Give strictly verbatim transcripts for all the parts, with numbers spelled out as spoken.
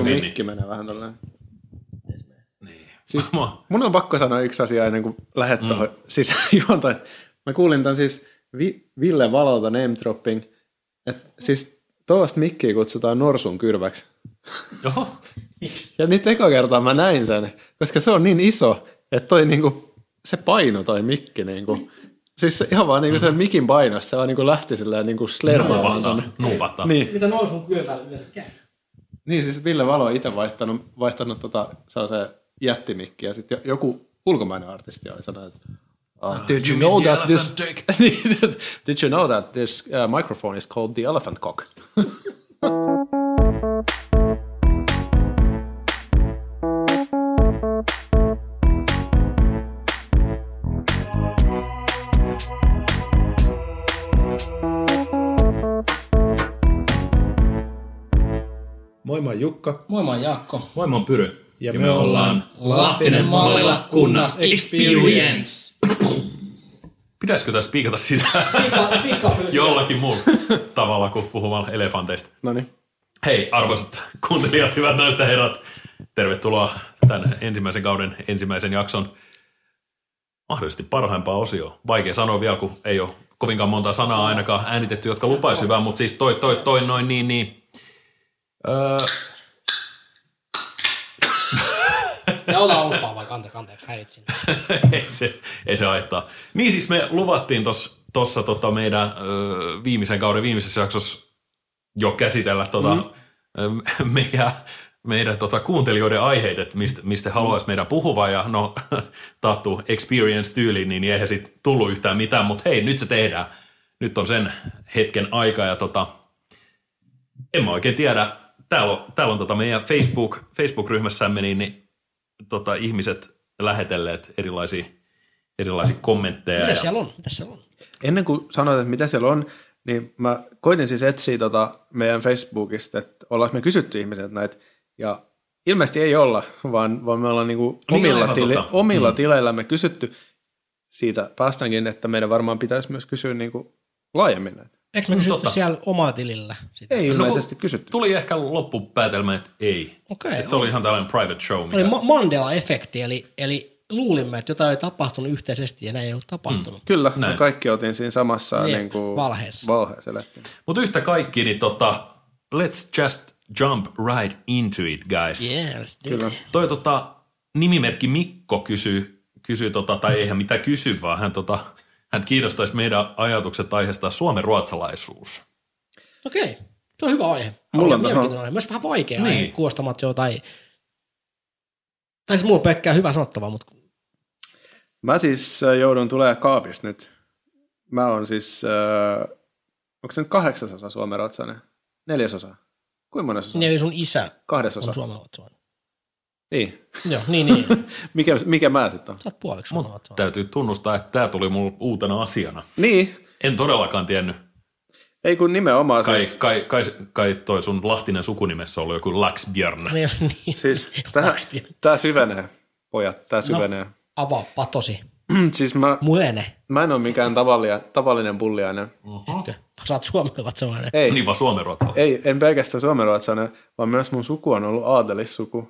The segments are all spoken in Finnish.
sun mikki menee vähän tolleen. Niin. Siis mun on pakko sanoa yksi asia ennen kuin lähdet mm. tuohon sisään juontaan. Mä kuulin tämän siis Vi- Ville Valolta name dropping, että siis tuosta mikkiä kutsutaan norsun kyrväksi. Joo. Ja nyt eka kertaa mä näin sen, koska se on niin iso, että toi niinku, se paino toi mikki niinku. Siis se, ihan vaan niinku mm-hmm. sen mikin painosta, se vaan niinku lähti silleen niinku slermaamaan tonne. Nuupahtaa. Niin. Mitä norsun kyrvällä yleensä käy? Niin siis Ville Valo on itse vaihtanut, vaihtanut tota, se on se jättimikki ja sitten joku ulkomainen artisti oli sanonut, että uh, did you know that this did you know that this uh, microphone is called the elephant cock? Moi, mä oon Jukka. Moi, mä oon Jaakko. Moi, mä oon Pyry. Ja, ja me, me ollaan Lahtinen Mallila kunnas Experience. Pitäisikö tässä piikata sisään jollakin muulla tavalla kuin puhumaan elefanteista? Noniin. Hei, arvoisat kuuntelijat, hyvät naiset ja herrat. Tervetuloa tämän ensimmäisen kauden ensimmäisen jakson mahdollisesti parhaimpaa osioon. Vaikea sanoa vielä, kun ei ole kovinkaan monta sanaa ainakaan äänitetty, jotka lupaisi hyvää, mutta siis toi, toi, toi, noin, niin, niin. Öö... Ja ota aluspaa vaikka, anteeksi, anteeksi, häiritsin. ei, se, ei se haittaa. Niin siis me luvattiin tuossa tota meidän ö, viimeisen kauden viimeisessä jaksossa jo käsitellä tota, mm. meidän, meidän tota, kuuntelijoiden aiheet, että mistä, mistä haluaisi meidän puhuva. Ja no, tattu experience-tyyliin, niin eihän siitä tullut yhtään mitään, mutta hei, nyt se tehdään. Nyt on sen hetken aika ja tota, en mä oikein tiedä. Täällä on, täällä on tota meidän Facebook, Facebook-ryhmässämme niin, niin tota, ihmiset lähetelleet erilaisia, erilaisia kommentteja. Mitä ja... siellä on? Mitä siellä on? Ennen kuin sanoit, että mitä siellä on, niin mä koitin siis etsiä tota meidän Facebookista, että ollaanko me kysytty ihmiset näitä. Ja ilmeisesti ei olla, vaan, vaan me ollaan niinku omilla, niin, tili, omilla mm. tileillämme kysytty. Siitä päästäänkin, että meidän varmaan pitäisi myös kysyä niinku laajemmin näitä. Eikö me kysytty siellä omaa tilillä? Sitä? Ei ilmeisesti no, kysytty. Tuli ehkä loppupäätelmä, että ei. Okay, että se oli ihan tällainen private show. Mikä... Oli Mandela-efekti, eli, eli luulimme, että jotain ei tapahtunut yhteisesti ja näin ei ole tapahtunut. Mm, kyllä, näin. Me kaikki oltiin siinä samassa niin, niin kuin valheessa. valheessa. Mutta yhtä kaikki, niin tota, let's just jump right into it, guys. Yeah, let's do kyllä. it. Toi tota, nimimerkki Mikko kysyy, kysyy tota, tai eihän mitä kysy, vaan hän tota... Hän kiinnostaisi meidän ajatukset aiheesta suomenruotsalaisuus. Okei, se on hyvä aihe. Mulla on mielenkiintoinen aihe. Myös vähän vaikea niin. aihe, kuostamat jotain. Tai siis mulla on pelkkää hyvä sanottavaa, mutta... Mä siis joudun tulemaan kaapista nyt. Mä oon siis, äh, onko se nyt kahdeksasosa suomenruotsalainen? Neljäsosa? Kuinka monessa? Niin, sun isä Kahdesosa. on suomenruotsalainen. Niin. Joo, niin, niin. mikä, mikä mä sitten on? Sä oot puoliksi suomenruotsalainen. Täytyy tunnustaa, että tää tuli mulle uutena asiana. Niin. En todellakaan tiennyt. Ei kun nimenomaan kai, siis... Kai, kai, kai toi sun Lahtinen sukunimessä on ollut joku Laxbjörn. Niin, niin. Siis tää, tää syvenee, pojat, tää syvenee. No, avaa patosi. siis mä... Mulene. Mä en ole mikään tavallinen, tavallinen pulliainen. Uh-huh. Etkö? Sä oot suomenruotsalainen. Ei. Niin vaan suomenruotsalainen. Ei, en pelkästään suomenruotsalainen, vaan myös mun suku on ollut aatelissuku.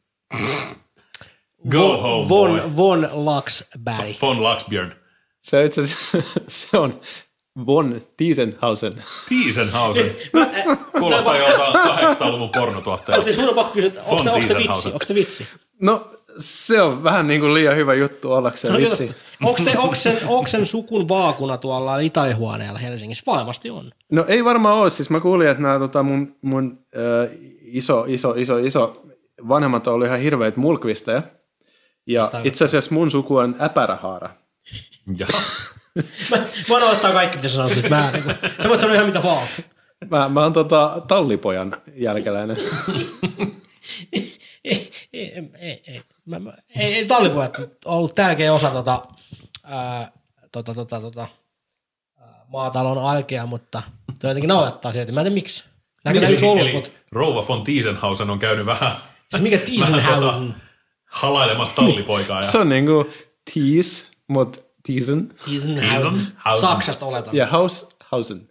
Go home, von, boy. Von Laxberg. Von Laxbjörn. Se itse asiassa, se on von Tiesenhausen. Tiesenhausen. Kuulostaa joltain kahdeksankymmentäluvun pornotuottajalta. Siis mun on pakko kysyä, onko te vitsi? Onko te vitsi? No, se on vähän niin kuin liian hyvä juttu ollakseen vitsi. Onko sen, sen sukun vaakuna tuolla Italiahuoneella Helsingissä? Varmasti on. No ei varmaan ole. Siis mä kuulin, että nämä tota, mun, mun äh, iso, iso, iso, iso vanhemmat on ollut ihan hirveitä mulkvisteja. Ja itse asiassa mun suku on äpärähaara. mä, mä voin ottaa kaikki, mitä sä sanot nyt. Mä, niin kuin, sä voit sanoa ihan mitä vaan. Mä, mä oon tota, tallipojan jälkeläinen. ei, ei, ei, ei, ei. Mä, mä, ei, ei tallipojat on ollut tärkeä osa tota, ää, tota, tota, tota, ää, maatalon arkea, mutta tuo jotenkin naurattaa sieltä. Mä en tiedä miksi. Niin, eli, ollut, eli mutta... rouva von Tiesenhausen on käynyt vähän... Siis mikä Tiesenhausen? Tota, halailemassa tallipoikaa. Ja... Se on niinku Ties, mut Tiesen. Tiesenhausen. Saksasta oletan. Ja Haus, Hausen.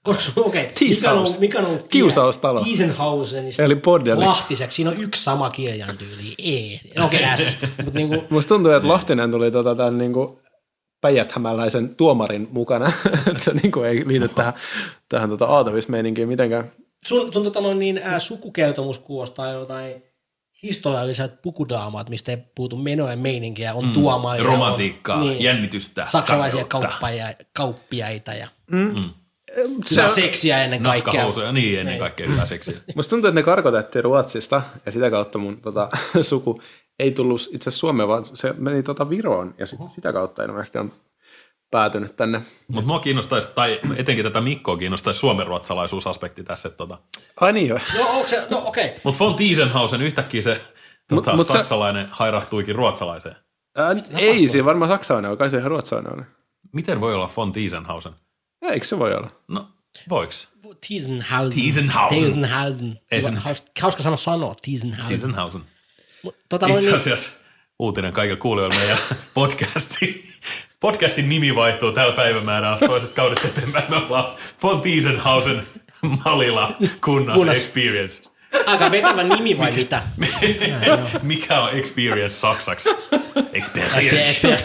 Koska, okei, okay, mikä on, mikä on ollut Kiusaustalo. Tiesenhausenista Eli bordelli. Lahtiseksi? Siinä on yksi sama kirjaintyyli. E. Okei, okay, S. Mut niinku, musta tuntuu, että Lahtinen tuli tota, tämän niinku päijäthämäläisen tuomarin mukana. Se niinku ei liity tähän, tähän tota aatavismeininkiin mitenkään. sun sun tota noin niin, äh, sukukertomus kuulostaa jotain historialliset pukudraamat, mistä ei puutu menoja meininkiä, on mm, tuomaria. Romantiikkaa, on, niin, jännitystä. saksalaisia kauppaja, kauppiaita ja Mm. Se, seksiä ennen kaikkea. Nahkahousuja, niin ennen kaikkea hyvää seksiä. Musta tuntuu, että ne karkotettiin Ruotsista ja sitä kautta mun tota, suku ei tullut itse asiassa Suomeen, vaan se meni tota Viroon ja sit, sitä kautta ilmeisesti on päätynyt tänne. Mutta mua kiinnostaisi, tai etenkin tätä Mikkoa kiinnostaisi suomenruotsalaisuusaspekti tässä. Että tota. Ai niin jo. No, onko se, no okei. Okay. Mutta von Tiesenhausen yhtäkkiä se tota, mut, mut saksalainen se hairahtuikin ruotsalaiseen. Ää, ei, siinä varmaan saksalainen on, kai se ihan ruotsalainen on. Miten voi olla von Tiesenhausen? Eikö se voi olla? No, voiks? Tiesenhausen. Tiesenhausen. Tiesenhausen. Hauska sana sanoa, Tiesenhausen. Tiesenhausen. Tota, itse asiassa uutinen kaikille kuulijoille meidän podcasti. Podcastin nimi vaihtuu tällä päivämäärällä toisesta kaudesta eteenpäin. Me ollaan von Tiesenhausen Malila kunnas, kunnas experience. Aika vetävä nimi vai mitä? Mikä on experience saksaksi? Experience.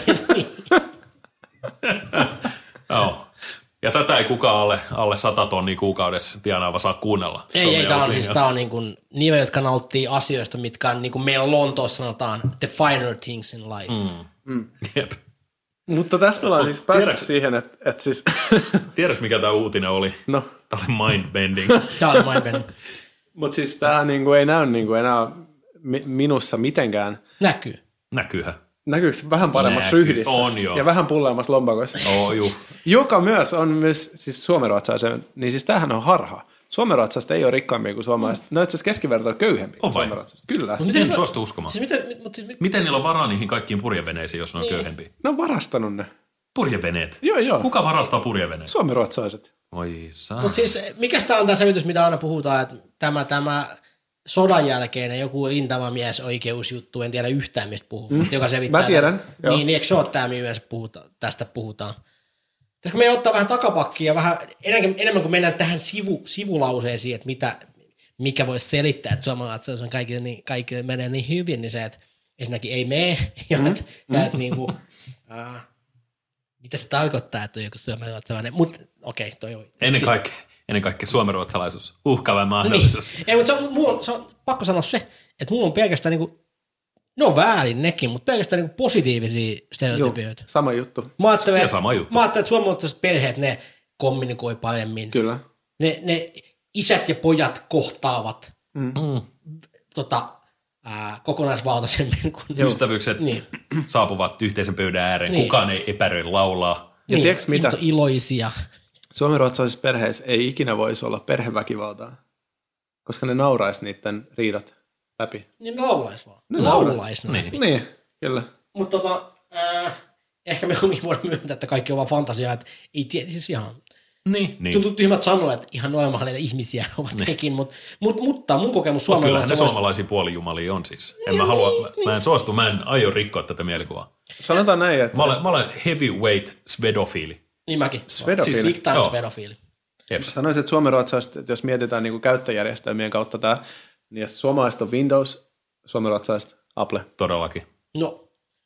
Joo. Ja tätä ei kukaan alle, alle sata tonnia kuukaudessa tienaava saa kuunnella. Ei, ei, tämä on, siis, tää on niin kuin nive, jotka nauttii asioista, mitkä on niin kuin meillä Lontoossa sanotaan the finer things in life. Mm. Mm. Jep. Mutta tästä ollaan siis päästy tiedäks, siihen, että et siis... Tiedätkö, mikä tämä uutinen oli? No. Tämä oli mindbending. Tämä oli mindbending. Mutta siis tämä niinku ei näy niinku enää mi- minussa mitenkään. Näkyy. Näkyyhän. Näkyykö se vähän paremmassa Näkyy. ryhdissä? On joo. Ja vähän pulleammassa lompakoissa. Oo, juu. Joka myös on myös siis suomenruotsalaisen, niin siis tämähän on harha. Suomenruotsalaista ei ole rikkaimpia kuin suomalaiset. Ne on itse asiassa keskivertoa köyhempiä kuin suomenruotsalaista. Kyllä. No, miten suostu uskomaan? Siis miten, mit, siis mit... miten niillä on varaa niihin kaikkiin purjeveneisiin, jos ne on niin. köyhempiä? Ne on varastanut ne. Purjeveneet? Joo, joo. Kuka varastaa purjeveneet? Suomenruotsalaiset. Oi saa. Mutta siis mikä tämä on tämä selvitys, mitä aina puhutaan, että tämä, tämä sodan jälkeinen joku rintamamiesoikeusjuttu, en tiedä yhtään mistä puhuu, mm. joka sevittää. Mä tiedän. Niin, niin eikö se ole tämä, mistä puhuta, tästä puhutaan? Pitäisikö meidän ottaa vähän takapakkia ja vähän enemmän, enemmän kuin mennään tähän sivu, sivulauseisiin, että mitä, mikä voisi selittää, että suomalaiset on kaikille, niin, kaikille menee niin hyvin, niin se, että ensinnäkin ei mene, ja mm. että mm. et, niinku, äh, mitä se tarkoittaa, että on joku suomenruotsalainen, mutta okei, okay, toi on. Ennen kaikkea, ennen kaikkea suomenruotsalaisuus, uhkaava mahdollisuus. Niin. Ei, mutta se on, mulla, se on pakko sanoa se, että mulla on pelkästään niinku, ne on väärin nekin, mutta pelkästään niinku positiivisia stereotypioita. Joo, sama juttu. Mä ajattelin, että, sama juttu. mä ajattelin, että suomalaiset perheet, ne kommunikoi paremmin. Kyllä. Ne, ne isät ja pojat kohtaavat mm. tota, ää, kokonaisvaltaisemmin. Kuin ystävyykset niin. saapuvat yhteisen pöydän ääreen, niin. Kukaan ei epäröi laulaa. Ja niin. Tiedätkö mitä? Iloisia. Suomenruotsalaisissa perheissä ei ikinä voisi olla perheväkivaltaa, koska ne nauraisi niiden riidat läpi. Niin ne laulaisi vaan. Ne laulaisi ne läpi. Niin, niin kyllä. Mutta tota, äh, ehkä me voidaan myöntää, että kaikki on vaan fantasiaa, että ei tiedä siis ihan... Niin, niin. Tuntuu tyhmät sanoa, että ihan normaaleita ihmisiä ovat niin. nekin, mutta, mutta, mutta mun kokemus suomalaisista... Kyllähän ne suomalaisia puolijumalia on siis. En niin, mä, halua, niin, mä en suostu, mä en aio rikkoa tätä mielikuvaa. Sanotaan näin, että... Mä olen, mä olen heavyweight svedofiili. Niin mäkin. Svedofiili. Siis big time svedofiili. Sanoisin, että suomenruotsalaiset, että jos mietitään niin kuin käyttöjärjestelmien kautta tämä, niin jos suomalaiset on Windows, suomenruotsalaiset Apple. Todellakin. No,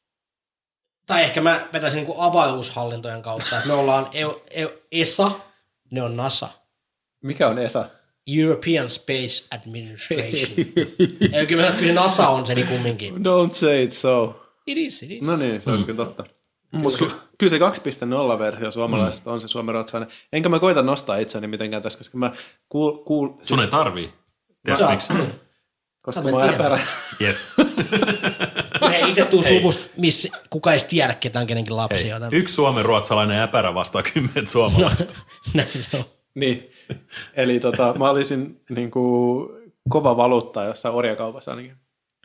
tai ehkä mä vetäisin niin kuin avaruushallintojen kautta, että me ollaan E S A, ne on NASA. Mikä on E S A? European Space Administration. Ei kyllä, kyllä NASA on se niin kumminkin. Don't say it so. It is, it is. No niin, se on mm. kyllä totta. Mutta ky- kyllä se kaksi piste nolla versio suomalaisesta mm. on se suomenruotsalainen. Enkä mä koita nostaa itseäni mitenkään tässä, koska mä kuul... kuul siis... Sun ei tarvii. Tiedätkö miksi? Koska mä oon äpärä. Jep. Me ei itse tuu suvusta, missä kuka ei tiedä ketään kenenkin lapsia. Hei, yksi suomenruotsalainen äpärä vastaa kymmentä suomalaista. No, näin se on. Niin. Eli tota, mä olisin niin kuin, kova valuutta jossain orjakaupassa ainakin.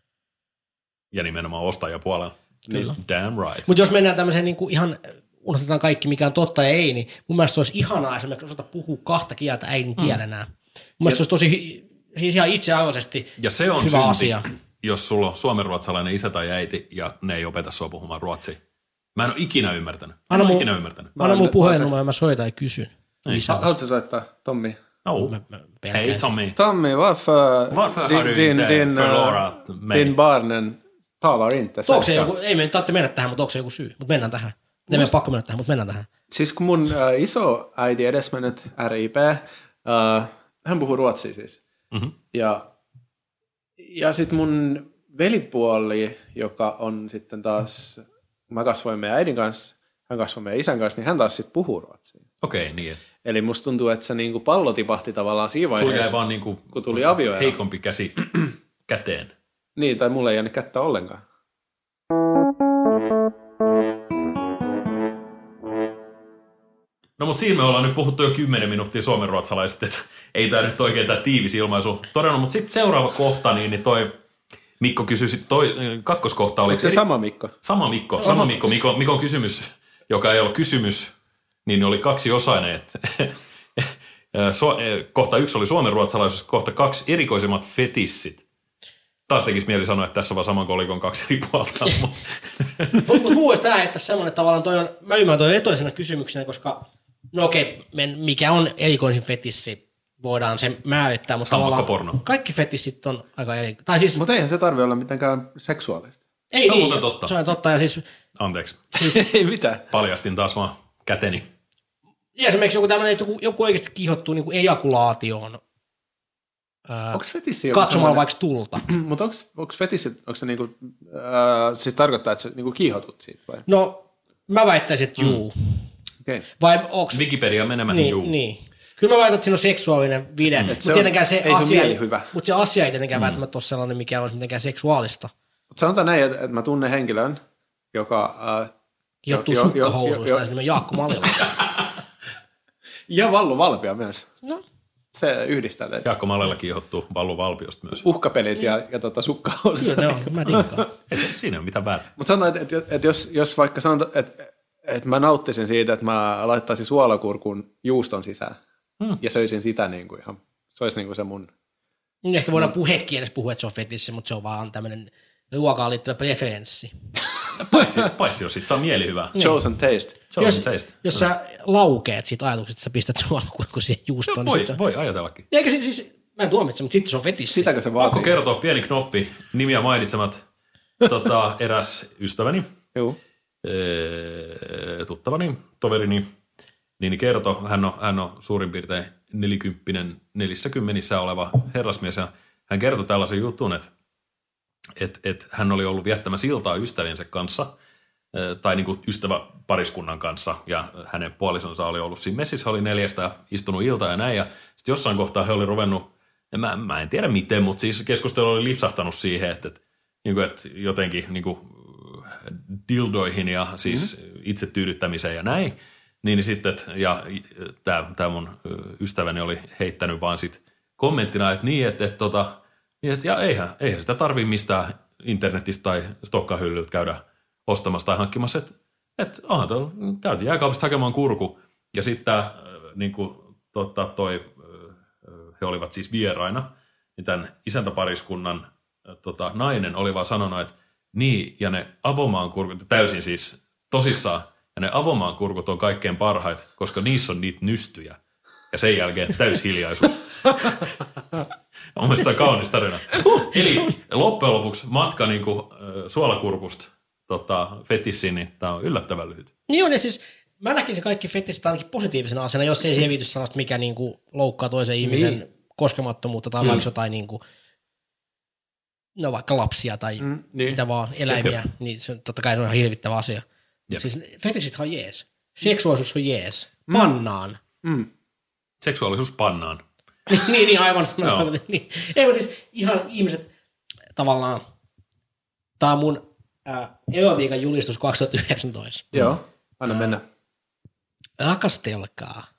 Ja nimenomaan ostajapuolella. Kyllä. Damn right. Mutta jos mennään tämmöiseen niin kuin ihan, unohdetaan kaikki mikä on totta ja ei, niin mun mielestä se olisi ihanaa esimerkiksi osata puhua kahta kieltä äidinkielenään. Mm. Mun mielestä se olisi tosi, siis ihan itsearvoisesti ja se on hyvä synti, asia. Jos sulla on suomenruotsalainen isä tai äiti ja ne ei opeta sua puhumaan ruotsia. Mä en ole ikinä ymmärtänyt. Mä en ole ikinä ymmärtänyt. Anna mun puhelinnumero ja mä soitan ja kysyn. Lisäys. Haluatko soittaa Tommi? Oh. Mä, mä Hej Tommy. Tommy, varför, Varför har din, du din, inte din, förlorat mig? din barnen talar inte Onko se svenska? joku, ei me nyt tarvitse mennä tähän, mutta onko se joku syy? Mutta mennään tähän. Ei meidän pakko mennä tähän, mutta mennään tähän. Siis kun mun äh, iso äiti edesmennyt R I P, äh, hän puhuu ruotsia siis. Mm-hmm. Ja, ja sitten mun velipuoli, joka on sitten taas, mä kasvoin meidän äidin kanssa, hän kasvoi meidän isän kanssa, niin hän taas sitten puhuu ruotsia. Okei, okay, niin. Eli musta tuntuu, että se niinku pallo tipahti tavallaan siinä Sulla vaiheessa, jäi vaan niinku kun tuli avioero. heikompi käsi käteen. Niin, tai mulle ei jäänyt kättä ollenkaan. No mutta siinä me ollaan nyt puhuttu jo kymmenen minuuttia suomenruotsalaiset, että ei tämä nyt oikein tämä tiivis ilmaisu todennut, mutta sitten seuraava kohta, niin, niin toi Mikko kysyi sitten toi kakkoskohta oli... Onko se eri... sama Mikko? Sama Mikko, sama Mikko. Mikko, Mikon kysymys, joka ei ollut kysymys, niin oli kaksiosainen, että kohta yksi oli suomenruotsalaisuus, kohta kaksi erikoisemmat fetissit. Taas tekisi mieli sanoa, että tässä on vaan saman kolikon kaksi eri puolta. Mutta mun mielestä tämä heittäisi semmoinen, että tavallaan toi on, mä ymmärrän toi etoisena kysymyksenä, koska no okei, mikä on erikoisin fetissi, voidaan se määrittää, mutta tavallaan porno. Kaikki fetissit on aika eri. Tai siis, mutta eihän se tarvitse olla mitenkään seksuaalista. Ei, se on niin, muuten totta. Se on totta. Ja siis, Anteeksi. Siis, ei mitään. Paljastin taas vaan käteni. Ja esimerkiksi joku tämmöinen, että joku, joku oikeasti kiihottuu niin kuin ejakulaatioon. Onko fetissi katsomalla vaikka tulta. Mutta onko fetissi, onko se niinku, äh, siis tarkoittaa, että sä niinku kiihotut siitä vai? No, mä väittäisin, että juu. Mm. Okay. Vai onks... Wikipedia menemään niin, juu. Niin. Kyllä mä väitän, että siinä on seksuaalinen video, mm. mutta se tietenkään se ei asia, ei, mutta se asia ei tietenkään mm. välttämättä ole sellainen, mikä olisi mitenkään seksuaalista. Mutta sanotaan näin, että, että mä tunnen henkilön, joka... Äh, Kiihottuu jo, sukkahousuista ja sinne Jaakko Malilla. Ja Vallu Valpia myös. No. Se yhdistää teitä. Jaakko Malella kiihottuu Vallu Valpiosta myös. Uhkapelit mm. ja, ja tota, sukkahousut. Kyllä ne on, mä dinkaan. Siinä ei ole mitään väärää. Mutta sanotaan, että, että, että jos, jos vaikka sanotaan, että, että mä nauttisin siitä, että mä laittaisin suolakurkun juuston sisään hmm. ja söisin sitä niin kuin ihan, se olisi niin kuin se mun... Ehkä voidaan puhekielessä puhua, että se on fetissi, mutta se on vaan tämmöinen ruokaan liittyvä preferenssi. paitsi, paitsi jos sit saa mieli hyvää. Chosen taste. Chosen jos, taste. Jos sä laukeet siitä ajatuksesta, että sä pistät suolakurkun siihen juustoon. Voi, niin voi ajatellakin. Eikä siis, siis mä en tuomitse, mutta sitten se on fetissi. Sitäkö se vaatii? Pakko kertoa pieni knoppi, nimiä mainitsemat. Tota, eräs ystäväni, Joo. Ee, tuttavani, toverini, niin kertoi, hän on, hän on suurin piirtein nelikymppinen, nelissäkymmenissä oleva herrasmies, ja hän kertoi tällaisen jutun, että et, et hän oli ollut viettämässä iltaa ystäviensä kanssa, tai niin kuin ystäväpariskunnan kanssa, ja hänen puolisonsa oli ollut siinä messissä, oli neljästä ja istunut iltaa ja näin, ja sitten jossain kohtaa he oli ruvennut, ja mä, mä en tiedä miten, mutta siis keskustelu oli lipsahtanut siihen, että, että, niin kuin, että jotenkin niin kuin dildoihin ja siis mm-hmm. itse tyydyttämiseen ja näin, niin sitten, että, ja tämä, tämä mun ystäväni oli heittänyt vaan sit kommenttina, että niin, että, että, tota, niin, että ja eihän, eihän sitä tarvitse mistään internetistä tai stokkahyllyltä käydä ostamassa tai hankkimassa, että, että onhan tuolla, käytiin jääkaupasta hakemaan kurku, ja sitten tämä, niin kuin tota, toi, he olivat siis vieraina, niin tämän isäntäpariskunnan tota, nainen oli vaan sanonut, että niin, ja ne avomaan kurkut, täysin siis tosissaan, ja ne avomaan kurkut on kaikkein parhaita, koska niissä on niitä nystyjä. Ja sen jälkeen täyshiljaisuus. On mielestäni kaunis tarina. Eli loppujen lopuksi matka niin kuin, suolakurkusta tota, fetissiin, niin tämä on yllättävän lyhyt. Niin on, ja siis mä näkisin kaikki fetissit ainakin positiivisena asiana, jos ei siihen viity sellaista, mikä niin kuin loukkaa toisen ihmisen niin. koskemattomuutta tai mm. vaikka jotain niin kuin, no vaikka lapsia tai mm, niin. mitä vaan, eläimiä, jep. niin se, totta kai se on ihan hirvittävä asia. Siis fetissit on jees. Seksuaalisuus on jees. Pannaan. Mm. Seksuaalisuus pannaan. niin, niin, aivan. niin. Ei, mutta siis ihan ihmiset tavallaan, tämä on mun äh, erotiikan julistus kaksituhattayhdeksäntoista. Joo, anna äh, mennä. Rakastelkaa.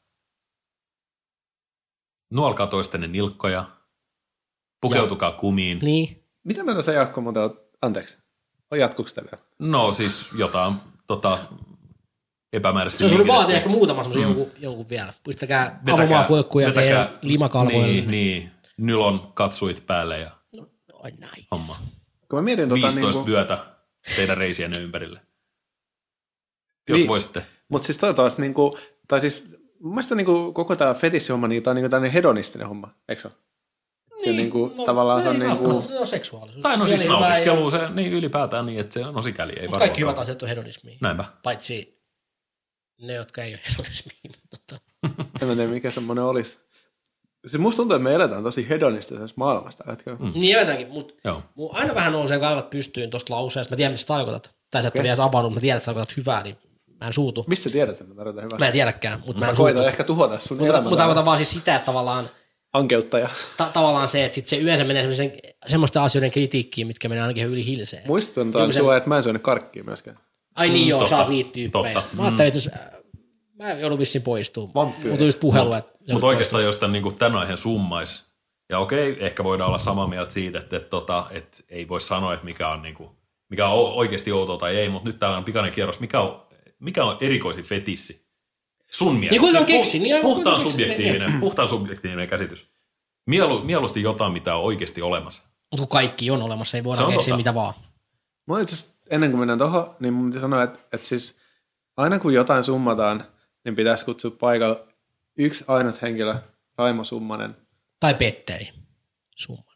Nuolkaa toistenne nilkkoja. Pukeutukaa ja. kumiin. Niin. Mitä mieltä sä, Jaakko, mutta anteeksi? On jatkuuko sitä vielä? No siis jotain tota, epämääräisesti. Se on vaatii ehkä muutama semmoisen mm. jonkun, jonkun vielä. Pistäkää avomaa kurkkuja teidän limakalvoille. Niin, niin. Nylon katsuit päälle ja no, oh, nice. homma. Kun mä mietin tota viisitoista niinku... vyötä teidän reisienne ympärille. Jos niin. voisitte. Mutta siis toi taas niinku, tai siis mun mielestä niinku koko tämä fetissihomma, niin tämä on niinku tämmöinen hedonistinen homma, eikö se ole? Se niin, niinku, no, tavallaan se on ei, niinku... Se on seksuaalisuus. Tai no siis Mieli hyvä nautiskelu, ja- se niin ylipäätään niin, että se on sikäli. Ei Mut kaikki hyvät asiat on hedonismia. Näinpä. Paitsi ne, jotka ei ole hedonismia. Mutta... En mä tiedä, mikä semmoinen olisi. Se musta tuntuu, että me eletään tosi hedonistisessa maailmasta tällä hetkellä. Mm. Niin elätäänkin, mutta Joo. mun aina vähän nousee kaivat pystyyn tuosta lauseesta. Mä tiedän, mitä sä tarkoitat. Tai sä et ole vielä avannut, mä tiedän, että sä tarkoitat hyvää, niin mä en suutu. Mistä sä tiedät, että mä tarvitaan hyvää? Mä en tiedäkään, mutta mä Mä en suutu. koitan ehkä tuhota sun Mutta elämän. mut tarkoitan vaan siis sitä, että tavallaan, Ankeuttaja. ta- tavallaan se, että sit se yleensä menee semmoisten asioiden kritiikkiin, mitkä menee ainakin yli hilseen. Muistutan Joku se- sua, että mä en syönyt karkkia myöskään. Ai niin joo, totta, sä oot niitä tyyppejä. totta. Mä ajattelin, että äh, mä joudun vissiin poistumaan. Vampyyri. Mutta just puhelu, että... Mutta oikeastaan jos tämän, niin tämän aiheen summaisi, ja okei, ehkä voidaan olla samaa mieltä siitä, että, että, että, että ei voi sanoa, että mikä on, niin kuin, mikä on oikeasti outoa tai ei, mutta nyt täällä on pikainen kierros. Mikä on, mikä on erikoisin fetissi? Sun mielestä. Niin kuinka on keksin, niin aivan puhtaan, kuinka on keksin, subjektiivinen, puhtaan subjektiivinen käsitys. Mielu, mieluusti jotain, mitä on oikeasti olemassa. Mutta kun kaikki on olemassa, ei Se voida on keksiä totta. mitä vaan. Mä itse asiassa, ennen kuin mennään tohon, niin mun pitää sanoa, että, että siis aina kun jotain summataan, niin pitäisi kutsua paikalla yksi ainut henkilö, Raimo Summanen. Tai Petteri. Summan.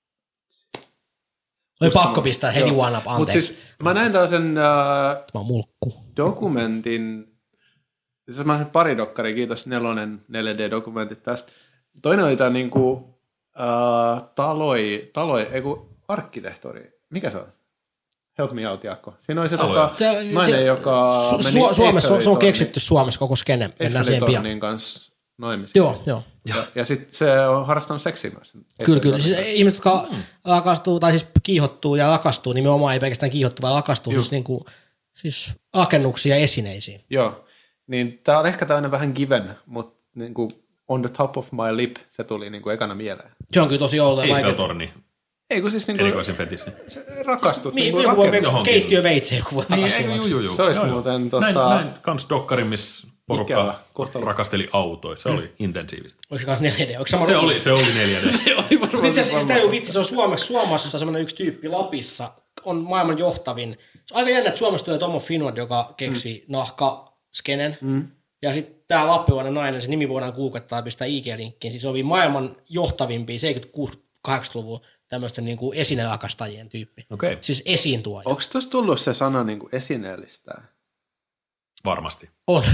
Oli pakko pistää heti Joo. one up, Mut anteeksi. siis mä näin tällaisen äh, Mä oon mulkku. dokumentin, siis mä näin pari dokkaria, kiitos Nelonen neljä D-dokumentit tästä. Toinen oli tää niinku äh, taloi, taloi, ei kun arkkitehtori. Mikä se on? Help me out, Jaakko. Siinä oli se Taloja. tota, Se- nainen, se- joka Su- meni Su- Suomessa se on Eiffelitorniin- keksitty Suomessa koko skene. Mennään siihen pian. Eiffelitornin kanssa naimisiin. Joo, joo. Ja, ja sitten se on harrastanut seksiä myös. Kyllä, kyllä. Siis ihmiset, jotka Mm. rakastuu, tai siis kiihottuu ja rakastuu, nimenomaan ei pelkästään kiihottuu, vaan rakastuu siis, niin kuin, siis rakennuksiin ja esineisiin. Joo. Niin tää on ehkä tämmöinen vähän given, mutta niinku on the top of my lip se tuli niinku ekana mieleen. Se on kyllä tosi outoa. Eiffeltorni, Ei kun siis niinku erikoisin fetissi. se rakastut. Mi- niinku joku voi rakennus. Johonkin. keittiöveitse, joku voi Niin, rakastua. ei, juu, juu, juu. Se olisi Joo, joo. muuten Näin, tota- näin kans dokkarin, missä porukka Ikävä kohtalo. rakasteli autoja. Se oli intensiivistä. Oliko se kanssa neljä D? Onko sama Se oli, se oli neljä D. Se oli varmaan Itse siis asiassa tämä vitsi, se on Suomessa, Suomessa semmoinen yksi tyyppi Lapissa, on maailman johtavin. Se on aika jännä, että Suomessa tulee Tomo Finland, joka keksi mm. nahkaskenen. Mm. Ja sitten tämä lappilainen nainen, se nimi voidaan googlettaa ja pistää I G-linkkiin. Siis se oli maailman johtavimpia seitsemänkymmentäkuusi-kahdeksankymmentäluvun tämmöisten niin kuin esinerakastajien tyyppi. Okei, Siis esiintuoja. Onko tuossa tullut se sana niinku esineellistää? varmasti. On.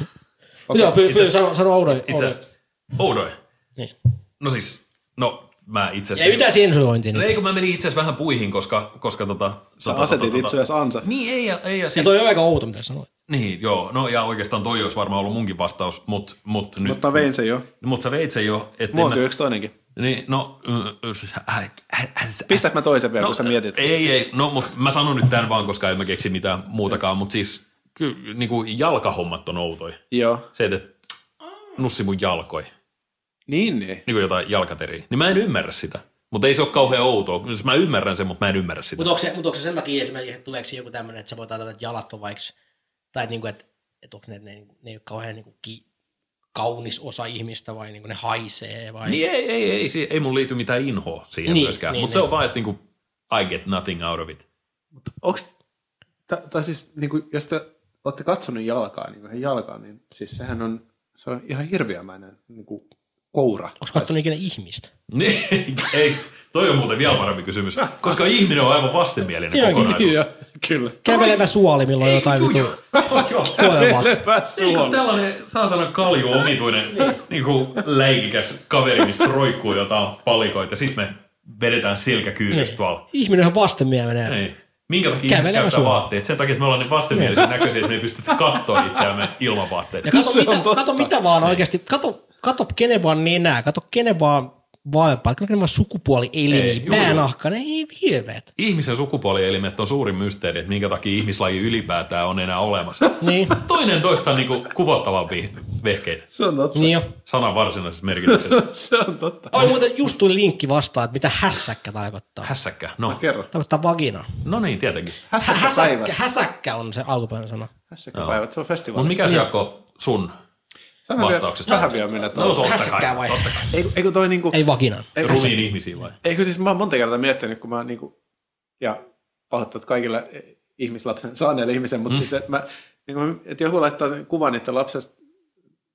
Okei, Joo, pyy, itse pyy, sano, sano oudoin. Itse asiassa, oudoin. Niin. No siis, no mä itse Ei asiassa... mitään sensurointia No nyt. ei, kun mä menin itse asiassa vähän puihin, koska, koska tota... Sä tota, asetit tota, itse asiassa ansa. Niin, ei, ja- ei, ja Ja siis... toi on aika outo, mitä sanoit. Niin, joo, no ja oikeastaan toi olisi varmaan ollut munkin vastaus, mutta mut nyt... Mutta mä vein sen jo. Mut sä veit sen jo, että... Mulla on kyllä yksi toinenkin. Niin, no... Äh, äh, äh, äh, Pistät mä toisen vielä, no, kun sä mietit. Ei, ei, no mutta mä sanon nyt tämän vaan, koska en mä keksi mitään muutakaan, mutta siis kyllä niinku jalkahommat on outoja. Joo. Se, että nussi mun jalkoi, Niin, niin. niin kuin jotain jalkateriä, niin mä en ymmärrä sitä. Mutta ei se ole kauhean outoa. Siis mä ymmärrän sen, mutta mä en ymmärrä sitä. Mutta onko, se, mut onko se sen takia esimerkiksi, että tuleeko siihen joku tämmöinen, että sä voit ajatella, että jalat on vaikka, tai että, niinku, että, että onko ne, ne, ne ei ole kauhean niinku, ki, kaunis osa ihmistä vai niinku, ne haisee vai? Niin ei, ei, ei, ei, ei mun liity mitään inhoa siihen Niin, myöskään. niin, Mutta se niin. on vaan, että niinku, I get nothing out of it. Onks, ta- tai siis, niin kuin, jos te olette katsonut jalkaa, niin vähän jalkaa, niin siis sehän on, se on ihan hirviömäinen niin kuin koura. Onko katsonut ikinä ihmistä? Niin, ei, toi on muuten vielä parempi kysymys, koska ihminen on aivan vastenmielinen Joo, kokonaisuus. Joo, kyllä. Kävelevä suoli, milloin on jotain vitu koevat. Lepää Ei kun suoli. tällainen saatana kalju omituinen niin kuin läikikäs kaveri, mistä roikkuu jotain palikoita ja sitten me vedetään selkäkyydessä Niin. tuolla. Ihminen on vastenmielinen. Ei. Minkä takia Kävelevä ihmiset käyttää suoli. vaatteet? Sen takia, että me ollaan niin vastenmielisen näköisiä, että me ei pystytä katsoa itseämme ilman vaatteita. Ja kato, Se on mitä, totta. kato mitä vaan oikeasti, kato, kato kenen vaan nenää, kato kenen vaan vaipaa, kato kenen vaan sukupuoli Ei, elimiä, juu, päänahka, ne ei hirveet. Ihmisen sukupuolielimet on suurin mysteeri, että minkä takia ihmislaji ylipäätään on enää olemassa. Niin, Toinen toista niin kuin kuvottavampia vehkeitä. Se on totta. niin jo. Sanan varsinaisessa merkityksessä. Se on totta. Oi muuten just tuli linkki vastaan, että mitä hässäkkä tarkoittaa. Hässäkkä. No, Kerro. Tarkoittaa vagina. no niin, tietenkin. Hä- Häsäkkä, Hässäkkäpäivät. häsäkkä on se alkuperäinen sana. Hässäkkäpäivät, se on festivaali. Mutta mikä se Jaakko sun Sähän vielä- vastauksesta? Vähän vielä mennä No tuolla. totta Hässäkkää kai, vai? totta kai. Eikö, eikö toi niinku... Ei vagina. Eikö, Rumiin ihmisiä vai? eikö siis mä oon monta kertaa miettinyt, kun mä niinku... Ja pahoittanut kaikille ihmislapsen saaneille ihmisen, mutta mm. siis, että mä... Niin kuin, että joku laittaa sen kuvan niiden lapsesta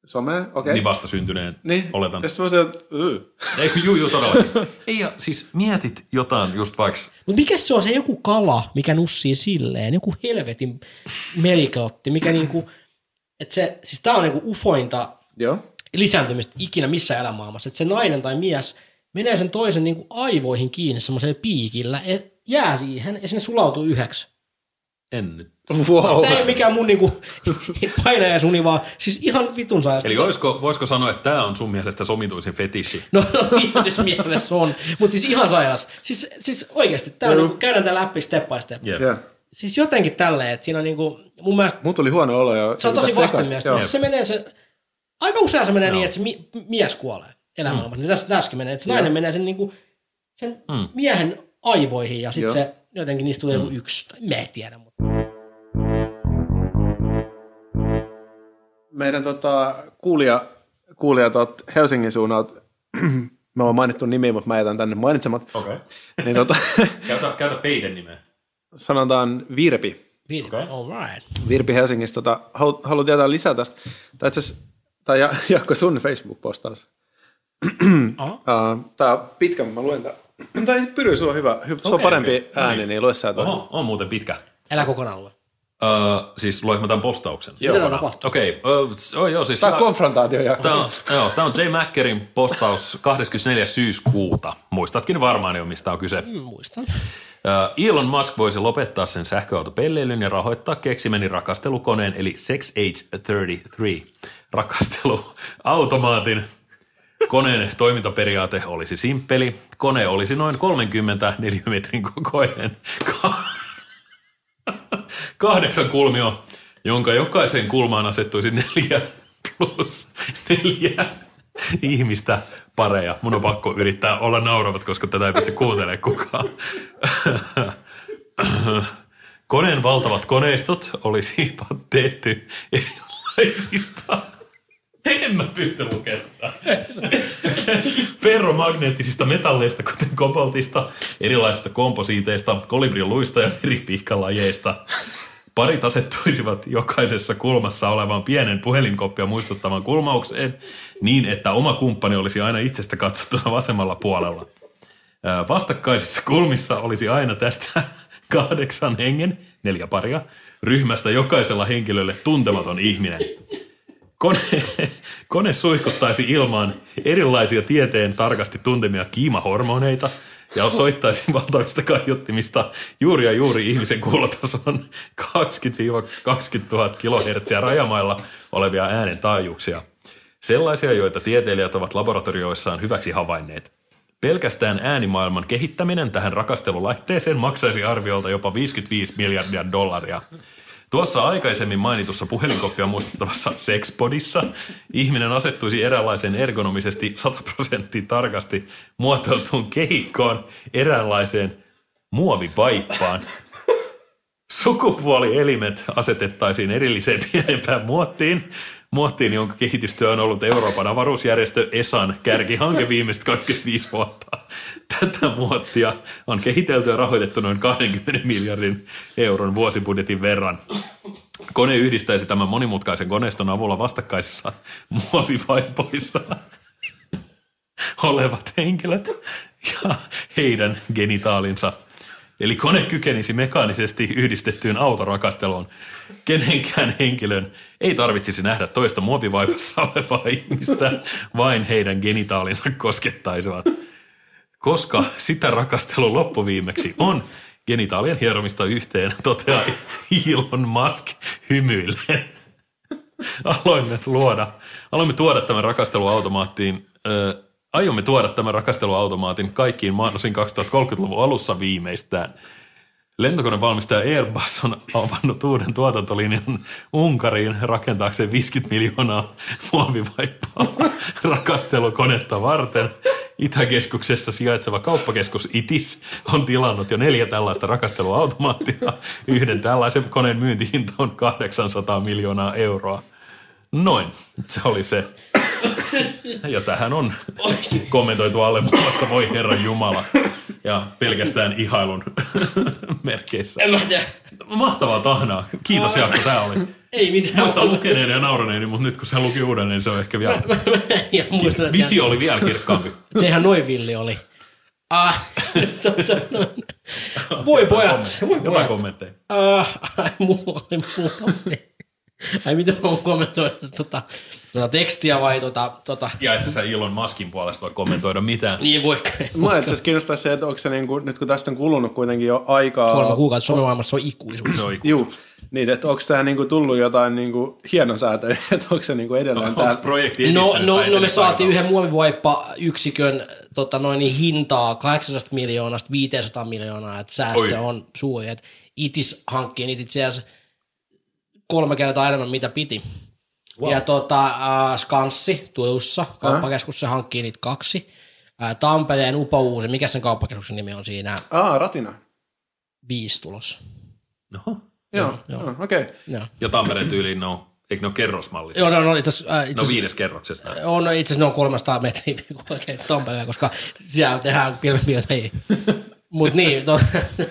Some, okei. Okay. Niin vastasyntyneen, niin. oletan. Ja sitten mä sanoin, että Ei, juu, juu, todellakin. Ei, ja siis mietit jotain just vaikka... Mutta mikä se on se joku kala, mikä nussii silleen, joku helvetin melikotti, mikä niinku, että se, siis tää on niinku ufointa Joo. lisääntymistä ikinä missä elämaailmassa, että se nainen tai mies menee sen toisen niinku aivoihin kiinni semmoisella piikillä, jää siihen ja sinne sulautuu yhdeksi. En nyt. Wow. Tämä ei ole mikään mun niinku painajasuni, vaan siis ihan vitun saajasta. Eli olisiko, voisiko sanoa, että tämä on sun mielestä somituisin fetissi? No, no tässä mielessä on, mutta siis ihan sairas. Siis, siis oikeasti, tää on niinku, käydään tää läpi step by step. Yeah. Yeah. Siis jotenkin tälleen, että siinä on niinku, mun mielestä... Mun tuli huono olo jo. Se on tosi vastenmielistä. Joo. Se menee se, aika usein se menee Joo. niin, että se mi, mies kuolee elämään. Mm. Niin tässä, tässäkin menee, että se nainen menee sen, niinku, sen mm. miehen aivoihin ja sitten se jotenkin niistä tulee mm. yksi, tai mä en tiedä. Mutta... Meidän tota, kuulija, kuulija tuot Helsingin suunnalta, me on mainittu nimi, mutta mä jätän tänne mainitsemat. Okei. Okay. Niin, tota, käytä, käytä peiden nimeä. sanotaan Virpi. Virpi, okay. All right. Virpi Helsingistä. Tota, halu, haluat tietää lisää tästä. Tai itse asiassa, tai Jaakko, sun Facebook-postaus. uh, Tämä on pitkä, mä luen tämän. Tai Pyry, sulla on hyvä. hyvä. Okay, se on parempi okay. ääni, niin, niin lue sä tämän. Oho, on muuten pitkä. Älä kokonaan lue. Uh, siis luenko mä tämän postauksen? Mitä tämä tapahtuu? Okei. Okay. Uh, oh, joo, siis tämä on konfrontaatio, Jaakko. Tämä on, joo, tämä on Jay Mackerin postaus kahdeskymmenesneljäs syyskuuta. Muistatkin varmaan jo, mistä on kyse. Mm, muistan. Uh, Elon Musk voisi lopettaa sen sähköautopelleilyn ja rahoittaa keksimäni rakastelukoneen, eli Sex Age kolmekymmentäkolme. Rakasteluautomaatin. Koneen toimintaperiaate olisi simppeli. Kone olisi noin kolmekymmentä neliömetrin kokoinen. Kahdeksan kulmio, jonka jokaiseen kulmaan asettuisi neljä plus neljä ihmistä pareja. Mun on pakko yrittää olla nauravat, koska tätä ei pysty kuuntelemaan kukaan. Koneen valtavat koneistot olisi tehty erilaisista... En mä pysty lukemaan. Ferromagneettisista metalleista, kuten koboltista, erilaisista komposiiteista, kolibriluista ja meripihkalajeista. Parit asettuisivat jokaisessa kulmassa olevan pienen puhelinkoppia muistuttavan kulmaukseen niin, että oma kumppani olisi aina itsestä katsottuna vasemmalla puolella. Vastakkaisissa kulmissa olisi aina tästä kahdeksan hengen, neljä paria, ryhmästä jokaisella henkilölle tuntematon ihminen. Kone, kone suihkuttaisi ilmaan erilaisia tieteen tarkasti tuntemia kiimahormoneita ja soittaisi valtavista kaiuttimista juuri ja juuri ihmisen kuulotason kaksikymmentä kaksikymmentätuhatta kilohertsiä rajamailla olevia äänen taajuuksia. Sellaisia, joita tieteilijät ovat laboratorioissaan hyväksi havainneet. Pelkästään äänimaailman kehittäminen tähän rakastelulaitteeseen maksaisi arviolta jopa viisikymmentäviisi miljardia dollaria. Tuossa aikaisemmin mainitussa puhelinkoppia muistuttavassa sexpodissa ihminen asettuisi eräänlaiseen ergonomisesti sata prosenttia tarkasti muotoiltuun kehikkoon eräänlaiseen muovivaippaan. Sukupuolielimet asetettaisiin erilliseen pienempään muottiin, muottiin, jonka kehitystyö on ollut Euroopan avaruusjärjestö E S A:n kärkihanke viimeiset kaksikymmentäviisi vuotta. Tätä muottia on kehitelty ja rahoitettu noin kaksikymmentä miljardin euron vuosibudjetin verran. Kone yhdistäisi tämän monimutkaisen koneiston avulla vastakkaisissa muovivaipoissa olevat henkilöt ja heidän genitaalinsa. Eli kone kykenisi mekaanisesti yhdistettyyn autorakasteluun. Kenenkään henkilön ei tarvitsisi nähdä toista muovivaipassa olevaa ihmistä, vain heidän genitaalinsa koskettaisivat. Koska sitä rakastelun loppuviimeksi on genitaalien hieromista yhteen, toteaa Elon Musk hymyillen. Aloimme luoda, aloimme tuoda tämän rakasteluautomaattiin, äh, aiomme tuoda tämän rakasteluautomaatin kaikkiin mahdollisiin kaksituhattakolmekymmentäluvun alussa viimeistään. Lentokonevalmistaja Airbus on avannut uuden tuotantolinjan Unkariin rakentaakseen viisikymmentä miljoonaa muovivaippaa rakastelukonetta varten. Itäkeskuksessa sijaitseva kauppakeskus Itis on tilannut jo neljä tällaista rakasteluautomaattia. Yhden tällaisen koneen myyntihinta on kahdeksansataa miljoonaa euroa. Noin, se oli se. Ja tähän on kommentoitu alle muun muassa voi Herran Jumala ja pelkästään ihailun merkeissä. En mä tiedä. Mahtavaa tahnaa. Kiitos Jaakko, tää oli. Ei mitään. Muistan lukeneeni ja nauraneeni, mutta nyt kun se luki uudelleen, niin se on ehkä vielä... Mä, mä, ja muistan, että Visio oli vielä kirkkaampi. Se ihan noin villi oli. Ah, tota, no. Voi pojat, voi Jotain pojat. kommentteja. Ah, ai, mulla oli muutama. Ai, miten mä voin kommentoida tota, tota tekstiä vai tota... tota. Ja että sä Elon Muskin puolesta voi kommentoida mitään. Niin voi. Mua itse asiassa kiinnostaa se, että onko se niin kuin, nyt kun tästä on kulunut kuitenkin jo aikaa... Kolme kuukautta somemaailmassa on ikuisuus. Se on Juu, ikuisuus. niin, että onko tähän niin kuin tullut jotain niin kuin hienosäätöjä, että onko se niin kuin edelleen Onko täällä... projekti No, edistynyt? no, tai no me edes saatiin aikana? yhden muovivaippa-yksikön tota noin, niin hintaa kahdeksansataa miljoonasta viisisataa miljoonaa, että säästö Oi. on suuri. Että itis hankkii niitä itse asiassa kolme kertaa enemmän, mitä piti. Wow. Ja tota, äh, Skanssi Turussa, kauppakeskus, se hankkii niitä kaksi. Äh, Tampereen Upouusi, mikä sen kauppakeskuksen nimi on siinä? Aa, Ratina. Viisi tulos. Oho. Joo, joo. joo okei. Okay. Joo, Ja Tampereen tyyliin ne on, eikö ne ole kerrosmallisia? joo no, no, itse asiassa, äh, itse No asiassa, viides kerroksessa. näin. on, itse asiassa ne on kolmesataa metriä oikein Tampereen, koska siellä tehdään pilvenpiirtäjiä. Mutta niin, to...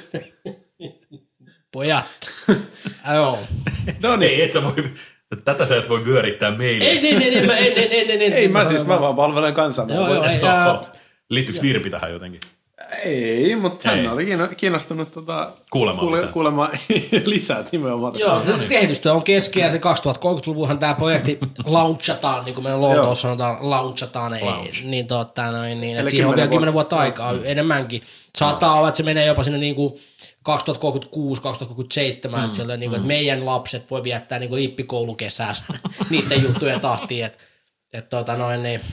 pojat. Joo. No Ei, niin. et sä voi, tätä sä et voi vyörittää meille. Ei, ei, ei, ei, mä en, en, en, en, en. Ei, mä siis, mä vaan palvelen kansaa. Joo, joo, ei, ää, Liittyykö Virpi tähän jotenkin? Ei, mutta hän Ei. oli kiinno- kiinnostunut tota, Kuulemaan lisää. kuulemaan lisää nimenomaan. joo, se kehitystyö on kesken ja se kaksituhattakolmekymmentäluvunhan tämä projekti launchataan, niin kuin meidän Lontoossa sanotaan, launchataan, ei, Launch. niin, tota, noin, niin Eli että siihen on vielä kymmenen kymmenen vuotta vuotta. aikaa, enemmänkin. Saattaa olla, että se menee jopa sinne niin kuin kaksituhattakolmekymmentäkuusi kaksituhattakolmekymmentäseitsemän, mm, että, siellä, niin kuin, että meidän lapset voi viettää niin kuin rippikoulukesässä niiden juttujen tahtiin, että, että tota, noin, niin,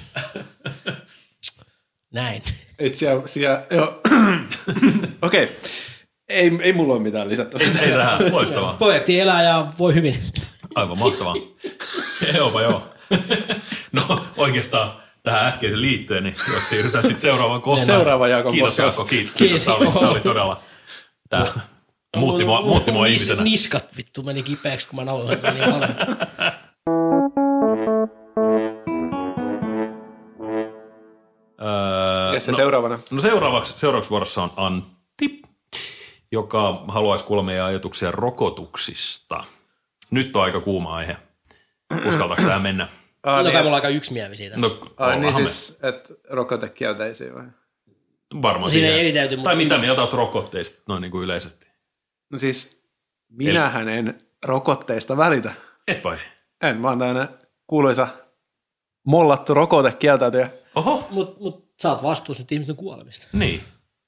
näin. Et siellä, siellä joo. Okei. Okay. Ei, ei mulla ole mitään lisättävää. Ei tähän, loistavaa. Projekti elää ja voi hyvin. Aivan mahtavaa. Joopa joo. No oikeastaan tähän äskeisen liittyen, niin jos siirrytään sitten seuraavaan kohtaan. Seuraava Jaakon Kiitos podcast. Jaakko, kiitos. kiitos. Tämä oli, tämä oli todella, tämä muutti mua, muutti mua Nis- ihmisenä. Niskat vittu meni kipeäksi, kun mä nauhoin niin paljon. Öö, Ja se no, seuraavana. no seuraavaksi, seuraavaksi vuorossa on Antti, joka haluaisi kuulla meidän ajatuksia rokotuksista. Nyt on aika kuuma aihe. Uskaltaako tämä mennä? Ah, No kai niin, mulla on aika yksimielisiä tästä. No, ai, niin ollaanhan me. siis, että rokotekielteisiä vai? Varmaan Siinä siihen. ei täyty, mutta- Tai mitä mieltä olet rokotteista noin niin kuin yleisesti? No siis, minähän en rokotteista välitä. Et vai? En, mä oon aina kuuluisa mollattu rokotekieltäytyjä. Oho, Mut, mut sä oot vastuussa nyt ihmisten kuolemista. niin.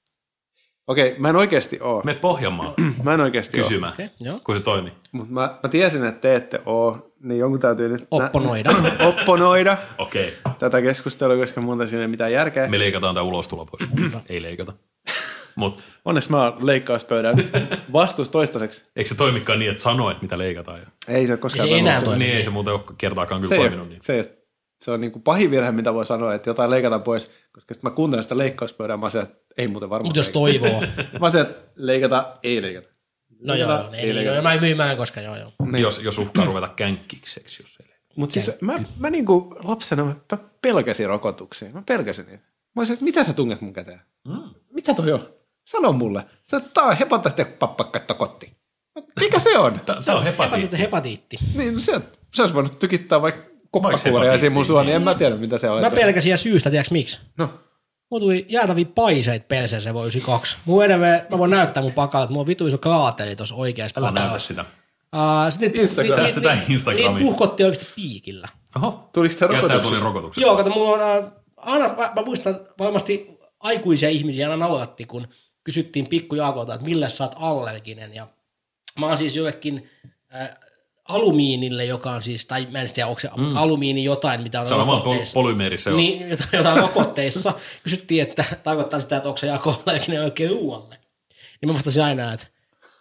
Okei, mä en oikeasti oo. Me Pohjanmaan Mä en oikeasti oo. kysymään, Okei, joo. kun se toimii. Mutta mä, mä tiesin, että te ette oo, niin jonkun täytyy nyt... nä- Opponoida. opponoida Okei. tätä keskustelua, koska muuta siinä ei mitään järkeä. Me leikataan tämä ulostulo pois. Ei leikata. Mutta Onneksi mä oon leikkauspöydän vastuus toistaiseksi. eikö se toimikaan niin, että sanoo, että mitä leikataan? Ja... Ei se ole koskaan Ei se enää toiminut. toimi. Niin ei se muuten ole kertaakaan Se kyllä ei, toiminut. ole, Niin. se, ei, ole. se on niin kuin pahin virhe, mitä voi sanoa, että jotain leikataan pois, koska sit mä kuuntelen sitä leikkauspöydää, mä sanon, että ei muuten varmaan Mut jos leikata. toivoo. Mä sanon, että leikata, ei leikata. No joo, joo, ei, niin, no, mä en myymään, koska joo, joo. Niin. Jos, jos uhkaa ruveta känkkikseksi, jos ei leikata. Mutta siis mä, mä niin kuin lapsena mä pelkäsin rokotuksia. Mä pelkäsin niitä. Mä olisin, että mitä sä tunget mun käteen? Mm. Mitä toi on? Sano mulle. Sä tää on hepatiittipappakotti. Mikä se on? Tämä on hepatiitti. Hepatiitti. Niin, no se, se olisi voinut tykittää vaikka koppakuoria hepatiitti, esiin mun suon, niin en mä tiedä, mitä se on. Mä pelkäsin ja syystä, tiedätkö miksi? No, Mulla tuli jäätäviä paiseita perseeseen voi yhdeksänkymmentäkaksi. Mun edelleen, mä voin näyttää mun pakalla, että mulla on vitu iso kraateri tuossa oikeassa Älä näytä pakalla. sitä. Uh, sit niitä, Instagram. niitä- Säästetään niitä- Instagramiin. Niitä puhkotti oikeasti piikillä. Oho. tuliko se Ja tämä tuli rokotuksesta? rokotuksesta. Joo, kato, mulla on uh, aina, mä, mä muistan varmasti aikuisia ihmisiä aina nauratti, kun kysyttiin pikku Jaakolta, että millä sä oot allerginen. Ja mä oon siis jollekin äh, alumiinille, joka on siis, tai mä en tiedä, onko se mm. alumiini jotain, mitä on Se on vaan rokotteissa. pol- polymeeriseos. Niin, jotain, jotain rokotteissa. Kysyttiin, että tarkoittaa sitä, että onko se Jaakko allerginen oikein ruoalle. Niin mä vastasin aina, että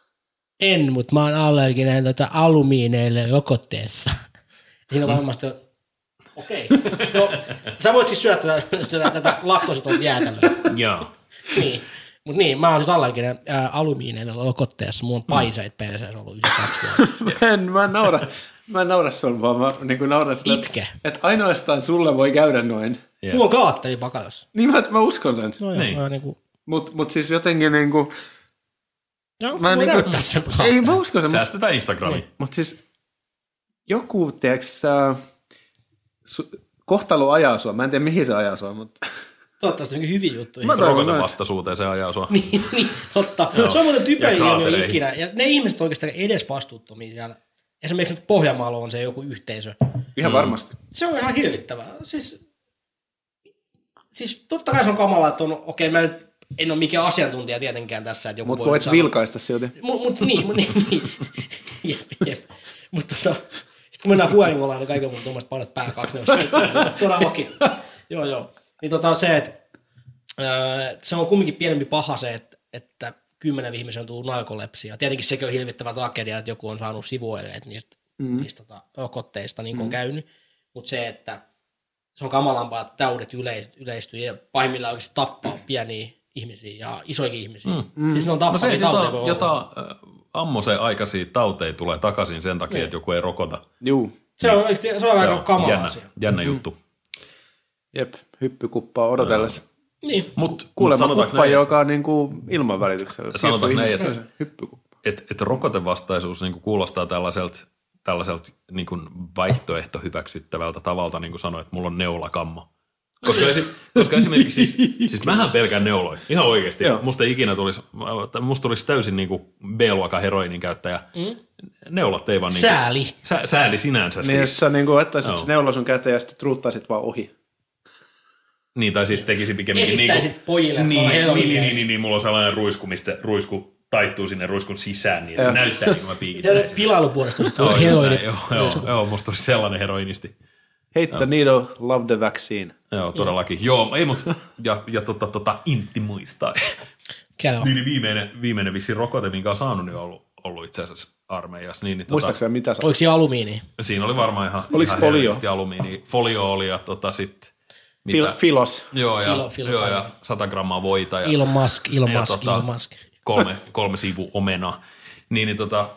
en, mutta mä oon allerginen tota alumiineille rokotteessa. Siinä on varmasti, okei. Okay. No, sä voit siis syödä tätä, tätä, tätä laktoositonta jäätelöä. Joo. Niin. Mut niin, mä oon siis allerginen ää, alumiineille rokotteessa. Mulla on paiseet perseessä ollut yhdeksänkymmentäkaksi vuotta. Mä en, mä en naura, mä en naura sun, vaan mä niin kuin nauran sitä, Itke. että, että ainoastaan sulle voi käydä noin. Yeah. Mulla on kraatteri pakalassa. Niin mä, mä uskon sen. No joo, Niin. niin. Niin kuin, Mutta mut siis jotenkin niin kuin, no, Mä mä voi niinku- näyttää sen ei mä uskon sen, mutta Säästetään Instagramiin. mut siis joku, tiedätkö, äh, su, kohtalo ajaa sua. Mä en tiedä, mihin se ajaa sua, mutta... Toivottavasti onkin hyviä juttuja. Rokotevastaisuuteen se ajaa sua. niin, niin, totta. Se on muuten typerin ilmiö ikinä. Ja ne ihmiset oikeastaan edes vastuuttomia siellä. Esimerkiksi nyt Pohjanmaalla on se joku yhteisö. Ihan mm. varmasti. Se on ihan hirvittävää. Siis, siis totta kai se on kamalaa, että on, okei, okay, mä nyt en ole mikään asiantuntija tietenkään tässä. Mutta voit sanoa... vilkaista silti. Mutta mut, niin, mut, niin, niin. jep, jep. Mutta tota, sitten kun mennään Fueringolaan, niin kaiken mun tuommoista painat pää kaksi neuvosta. Todellakin. Joo, joo. Niin tota se, että öö, se on kumminkin pienempi paha se, että, että kymmenen ihmisen on tullut narkolepsia. Tietenkin sekin on hirvittävä tragedia, että joku on saanut sivuoireet niistä, mm. niistä tota, rokotteista, niin kuin mm. on käynyt. Mutta se, että se on kamalampaa, että taudit yleistyy ja pahimmillaan oikeasti tappaa pieniä ihmisiä ja isoikin ihmisiä. Mm. Siis ne on tappavia no tauteja. Jota, jota äh, ammosen aikaisia tauteja tulee takaisin sen takia, mm. että joku ei rokota. Juu. Se on, se on, se on aika kamala jännä, asia. Jännä mm. juttu. Jep, hyppykuppaa odotellessa. Niin. Mut, kuulemma mut kuppa, näin, joka on niin kuin ilman välityksellä. Sanotaan näin, että et, et rokotevastaisuus niin kuin kuulostaa tällaiselta, tällaiselta niin kuin vaihtoehto hyväksyttävältä tavalta, niin kuin sanoit, että mulla on neulakammo. Koska, esi, koska esimerkiksi, siis, siis mähän pelkään neuloja, ihan oikeasti. Joo. Musta ei ikinä tulisi, musta tulisi täysin niin kuin B-luokan heroinin käyttäjä. Mm. Neulat ei vaan niin kuin, sääli. Sä, sääli sinänsä. Niin, siis. Sä niin kuin ottaisit no. neula sun käteen ja sitten truuttaisit vaan ohi. Niin, tai siis tekisi pikemminkin... Esittäisit niin pojille, niin, niin, niin, niin, niin, niin, mulla on sellainen ruisku, mistä ruisku taittuu sinne ruiskun sisään, niin se näyttää niin kuin mä piikittäisin. Pilailupuolesta olisi tullut heroini. Joo, joo, joo, musta olisi sellainen heroinisti. Hate the needle, love the vaccine. Joo, todellakin. Mm. Joo, ei mut, ja, ja tota, tota, Intti muistaa. Niin viimeinen, viimeinen vissi rokote, minkä on saanut, niin on ollut, ollut itse asiassa armeijassa. Niin, niin, muistaakseni tota, mitä sä? Oliko siinä alumiini? Siinä oli varmaan ihan, oliko ihan folio? alumiini. Folio oli ja tota sit... Fil- filos. Joo, ja, filo, filo, joo, ja sata grammaa voita. Ja, Elon Musk, Elon Musk, tota, Elon Musk. Kolme, kolme sivu omenaa. Niin, niin tota,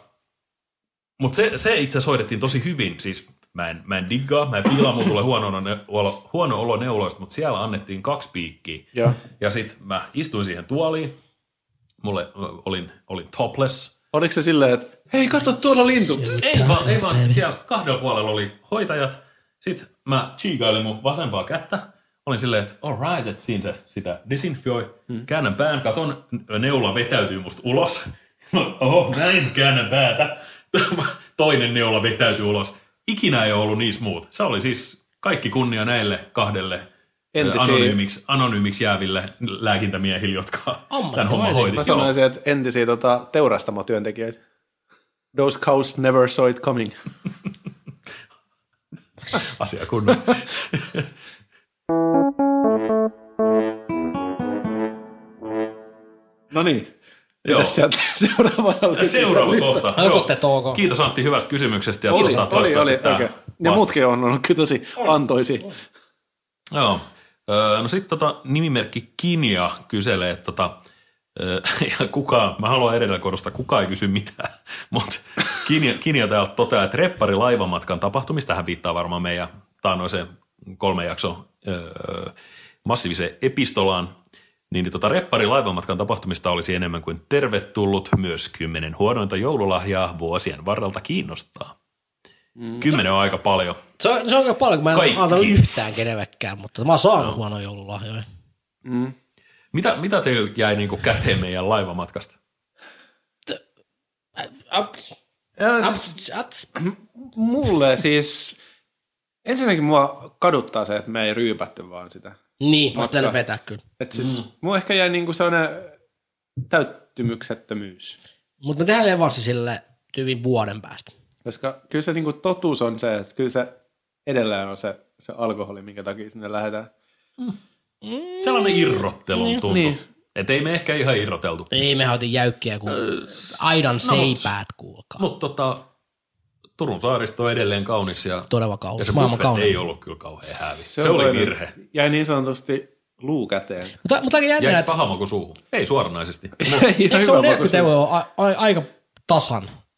mutta se, se itse asiassa hoidettiin tosi hyvin. Siis mä en, mä en diggaa, mä en fiilaa, mun tulee huono, olo, huono olo neuloista, mutta siellä annettiin kaksi piikkiä. Ja, ja sit mä istuin siihen tuoliin. Mulle olin, olin topless. Oliko se silleen, että hei, katso tuolla lintu? Ei vaan, ei vaan, siellä kahdella puolella oli hoitajat. Sitten mä chiikailin mun vasempaa kättä. Olin silleen, että all right, että siinä se sitä disinfioi. Hmm. Käännän pään, katon, neula vetäytyy musta ulos. Oho, näin, käännän päätä. Toinen neula vetäytyy ulos. Ikinä ei ole ollut niin smooth. Se oli siis kaikki kunnia näille kahdelle anonyymiksi, anonyymiksi jääville lääkintämiehille, jotka tämän homman hoiti. Mä sanoisin, että entisiä tota, teurastamotyöntekijöitä. Those cows never saw it coming. Asia kunnossa. No niin. Mitäs sieltä seuraavana? Seuraava kohta. Kiitos Antti hyvästä kysymyksestä. Ja oli, oli, oli. Okay. Ja muutkin on ollut kyllä tosi antoisia. Joo. No sitten tota, nimimerkki Kinja kyselee, että tota, ja kukaan, mä haluan edelleen korostaa, kukaan ei kysy mitään, mutta Kinja, Kinja täällä toteaa, että reppari laivamatkan tapahtumista, hän viittaa varmaan meidän taannoiseen kolme jakson öö, massiiviseen epistolaan, niin tota reppari laivamatkan tapahtumista olisi enemmän kuin tervetullut, myös kymmenen huonointa joululahjaa vuosien varrelta kiinnostaa. Mm. Kymmenen on aika paljon. Se on, se on aika paljon, kun mä en ajatellut yhtään keneväkään, mutta mä oon saanut no. huonoja joululahjoja. Mm. Mitä, mitä teille jäi niinku käteen meidän laivamatkasta? Mulle siis, ensinnäkin mua kaduttaa se, että me ei ryypätty vaan sitä. Niin, mä teille vetää kyllä. Että siis mm. mua ehkä jäi niinku sellainen täyttymyksettömyys. Mutta me tehdään levarsi sille tyyvin vuoden päästä. Koska kyllä se niinku totuus on se, että kyllä se edelleen on se, se alkoholi, minkä takia sinne lähdetään. Mm. Sellainen irrottelun niin. tuntu. Niin. Että ei me ehkä ihan irroteltu. Ei, me hautin jäykkiä kuin aidan no, seipäät, kuulkaa. Mutta tota, Turun saaristo on edelleen kaunis. Ja, todella kaunis. Ja se buffet ei ollut kyllä kauhean hävi. Se, se oli toinen. Virhe. Jäi niin sanotusti luu käteen. Mutta, mutta aika jännä, jäikö paha maku suuhun? Ei suoranaisesti. Eikö se ole neljäkymmentä euroa a- a- aika tasan?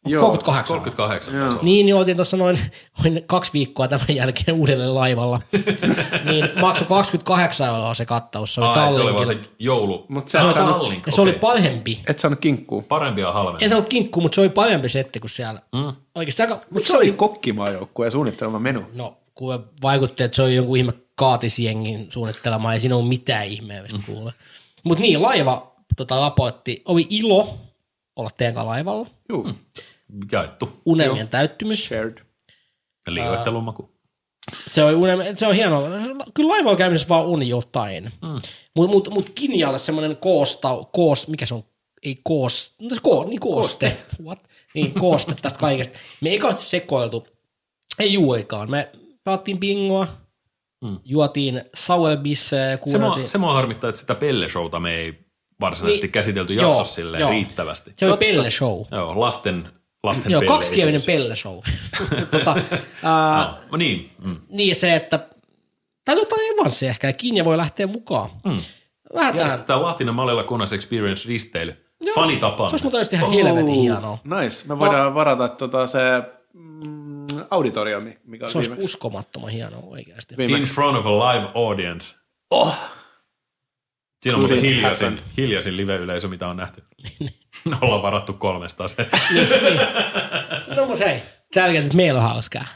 Joo, kolmekymmentäkahdeksan. kolmekymmentäkahdeksan. Joo. Niin, niin oltiin tuossa noin, noin kaksi viikkoa tämän jälkeen uudelleen laivalla. Niin maksoi kaksikymmentäkahdeksan euroa se kattaus. Se oli Ai, se oli vaan Tallinkilla. se joulu. Mut Se sä oli, et saanut, Tallink, ja se oli okei. parempi. et saanut kinkkuu. Parempi ja halvempi. En sanonut kinkkuu, mutta se oli parempi setti kuin siellä. Mm. Oikeasti aika, Mutta se oli kokkimaajoukkueen suunnittelema menu. no, kun vaikutti, että se oli jonkun ihme kaatisjengin suunnittelema, ei siinä ole mitään ihmeellistä Mm. kuule. Mutta niin, laiva tota, raportti, oli ilo olla teidän kanssa laivalla. Juu. Jaettu. Unelmien täyttymys. Shared. Liioittelun maku. Se on, unelma, se on hienoa. Kyllä laivalla käymisessä vaan uni jotain. Mm. Mutta mut, mut Kinjalle semmoinen koosta, koos, mikä se on? Ei koos, no se ko, niin kooste. What? Niin, kooste tästä kaikesta. Me ei kauheasti sekoiltu. Ei juurikaan. Me pelattiin bingoa, mm. juotiin Sauerbisseä, Se mua, kuunneltiin. se mua harmittaa, että sitä pelle-showta me ei varsinaisesti Niin, käsitelty joo, jaksossa silleen joo. riittävästi. Se oli pelle show. Joo, lasten, lasten Joo, pelle. kaksikielinen pelle show. tota, ää, No, niin. Mm. niin se, että täytyy ottaa Evanssi ehkä, ja Kinja voi lähteä mukaan. Mm. Vähän tähän. Järjestetään Lahtinan Malilla Kunnas Experience risteily. Joo. Fanitapaaminen. Se olisi muuten ihan helvetin hienoa. Nice. Me voidaan no. varata tota se mm, auditoriomi, mikä Se oli olisi viimeksi. uskomattoman hienoa oikeasti. In front of a live audience. Oh. Siinä on Could muuten it hiljaisin, happen? hiljaisin live-yleisö, mitä on nähty. Ollaan varattu kolmesta se. No mutta hei, tärkeintä, että meillä on hauskaa.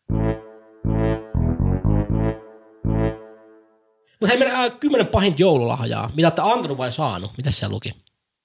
Mutta hei, meidän äh, kymmenen pahinta joululahjaa. Mitä olette antanut vai saanut? Mitäs siellä luki?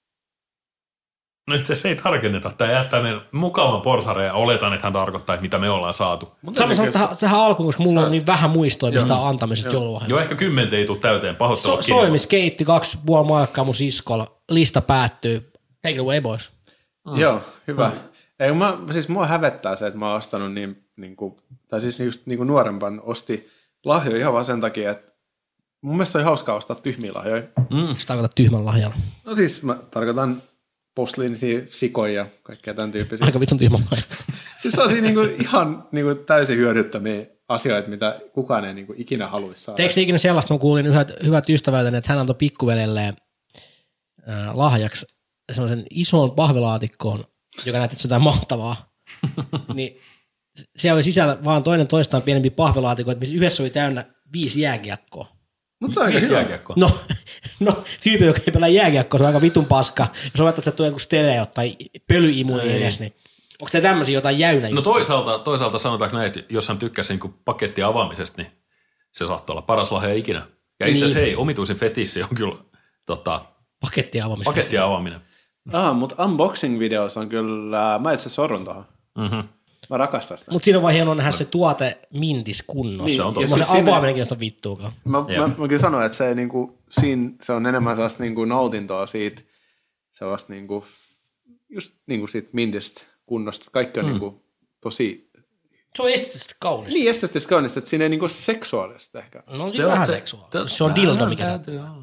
No itse asiassa ei tarkenneta. Tämä jättää meidän mukavan porsareen ja oletan, että hän tarkoittaa, että mitä me ollaan saatu. Sä sanoa tähän, tähän alkuun, koska mulla on niin vähän muistoa mistä antamisesta Joo, joululahjaa. ehkä kymmentä ei tule täyteen. So, Pahoittelut soimis, keitti, kaksi puoli markkaa mun siskolla. Lista päättyy. Take it away, boys. Mm. Joo, hyvä. Mm. Ei, mä, siis mua hävettää se, että mä oon ostanut niin, niin kuin, tai siis just niin kuin nuorempan osti lahjoja ihan vaan sen takia, että mun mielestä oli hauskaa ostaa tyhmiä lahjoja. Mm. Sitä tarkoittaa tyhmän lahjalla. No siis mä tarkoitan posliinisia sikoja ja kaikkea tämän tyyppisiä. Aika vitun tyhmän lahjalla. Siis sellaisia niin kuin, ihan niin kuin, täysin hyödyttömiä asioita, mitä kukaan ei niin kuin, ikinä haluaisi saada. Teekö ikinä sellaista, mä kuulin hyvät, hyvät ystävältäni, että hän antoi pikkuveljelleen äh, lahjaksi semmoisen ison pahvilaatikkoon, joka näytti, että se on jotain mahtavaa. Niin siellä oli sisällä vaan toinen toistaan pienempi pahvilaatikoita, missä yhdessä oli täynnä viisi jääkiekkoa. Mutta se on aika Viisi hyvä. jääkiekkoa. No, no tyyppi, joka ei pelaa jääkiekkoa, se on aika vitun paska. Jos on että se tulee joku stereo tai pölyimu edes, niin onko se tämmöisiä jotain jäynä? No toisaalta, toisaalta sanotaanko näin, että jos hän tykkäsi niin pakettia avaamisesta, niin se saattoi olla paras lahja ikinä. Ja itse asiassa Niin. ei, omituisin fetissi on kyllä tota, Pakettia avaamista. pakettia avaaminen. Ah, mutta unboxing-videossa on kyllä, mä itse sorrun tuohon. Mm-hmm. Mä rakastan sitä. Mutta siinä on vaan hienoa nähdä se tuote mintis kunnossa. Niin, se on Ja totta. se siis sinne- avaaminenkin on vittuukaan. Mä, Jep. mä, mä kyllä sanoin, että se, niinku, siinä, se on enemmän sellaista niinku, nautintoa siitä, sellaista niinku, just niinku siitä mintistä kunnosta. Kaikki on mm. niinku, tosi Se on estetisesti kaunista. niin esteettistä kaunista, että siinä ei niinku seksuaalista ehkä. No on Te siinä vähän olette- seksuaalista. te- Se on dildo, Vähän mikä se täytyy olla.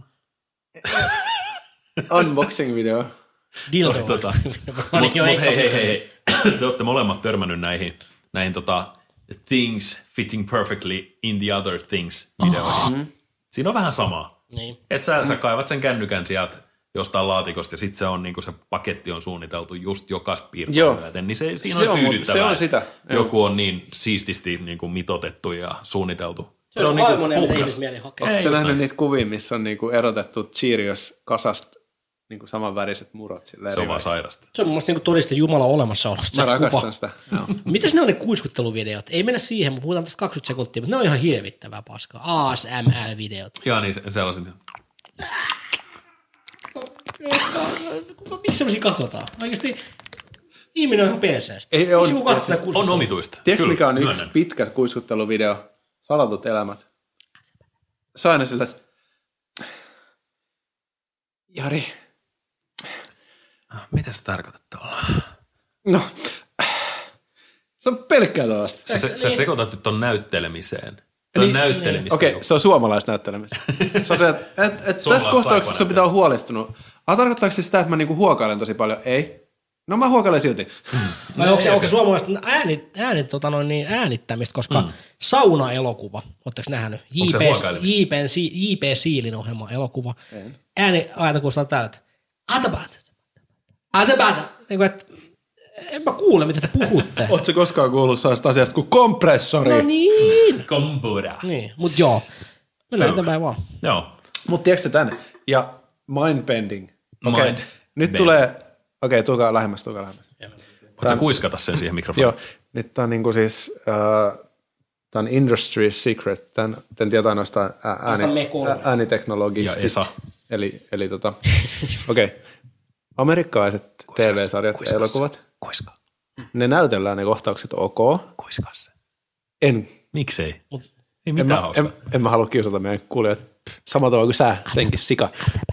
Unboxing-video. dildo. Tota, Ainakin Mutta on mut ehkä- hei, hei, hei, hei. Te olette molemmat törmännyt näihin, näihin tota, things fitting perfectly in the other things videoihin. Mm. Siinä on vähän samaa. Niin. Et sä, sä kaivat sen kännykän sieltä jostain laatikosta ja sitten se on niinku se paketti on suunniteltu just jokaista piirtoa Joo. myöten, niin se, siinä Se on on, mut- tyydyttävää. se on sitä. Joku on niin siististi niinku mitotettu ja suunniteltu. Se on niinku harmonia, mitä puhdas. ihmismieli hakee. Onko Ei, te just nähnyt näin. niitä kuvia, missä on niinku erotettu Cheerios kasasta niinku samanväriset murot? Se on vaan riveiksi? sairasta. Se on mun mielestä niinku todiste Jumalan olemassaolosta. Mä se kuva. rakastan sitä. Joo. Mitäs ne on ne kuiskutteluvideot? Ei mennä siihen, mutta puhutaan tästä kaksikymmentä sekuntia, mutta ne on ihan hirvittävää paskaa. A S M L-videot. Ja niin se- sellaiset. Miksi semmosia katsotaan? Oikeasti ihminen on ihan perseestä. Ei, on- Miksi joku katsoo siis- sitä On omituista. Tiedätkö, Kyllä, mikä on myönnän. yksi pitkä kuiskutteluvideo? Salatut elämät. Se on aina sillä, että Jari, Mitä se tarkoittaa tuolla? no, se on pelkkää tuollaista. Sä, sä, sä Niin. sekoitat nyt ton näyttelemiseen. Toi on Niin, näyttelemistä. Okei, jo. se on suomalaista näyttelemistä. Se on se, että et, et tässä Suomalaista kohtauksessa saippua pitää olla huolestunut. Ah, tarkoittaako se sitä, että mä niinku huokailen tosi paljon? Ei. No mä huokailen silti. Vai onko se, onko se suomalaista ääni, ääni, tota noin, niin äänittämistä, koska mm. sauna-elokuva, ootteko nähnyt? Onko se huokailemista? J P, J P Siilin ohjelma elokuva. En. Ääni aina kuulostaa täältä. Atabat. Atabat. Niin kuin, että En mä kuule, mitä te puhutte. Ootko koskaan kuullut sellaista asiasta kuin kompressori? No niin. Kombuda. Niin, mut joo. Mennään eteenpäin vaan. Joo. Mut tiedätkö tän? Ja mindbending. Okei, Mind nyt bending. tulee, okei, okay, tulkaa lähemmäs, tulkaa lähemmäs. Voit sä kuiskata sen siihen mikrofoniin? Joo, nyt tää on niinku siis, äh, tää on industry secret, tän, tän tietää noista ääni, me kolme. ääniteknologista. Ja Esa. Eli, eli tota, okei, okay. Amerikkalaiset T V-sarjat ja elokuvat, Kuiska. ne näytellään ne kohtaukset ok. Kuiska se. En, Miksei? Mut Ei en, mitään mä, hauskaa. en, en mä halua kiusata meidän kuulijat. Sama tavalla kuin sä, senkin sika.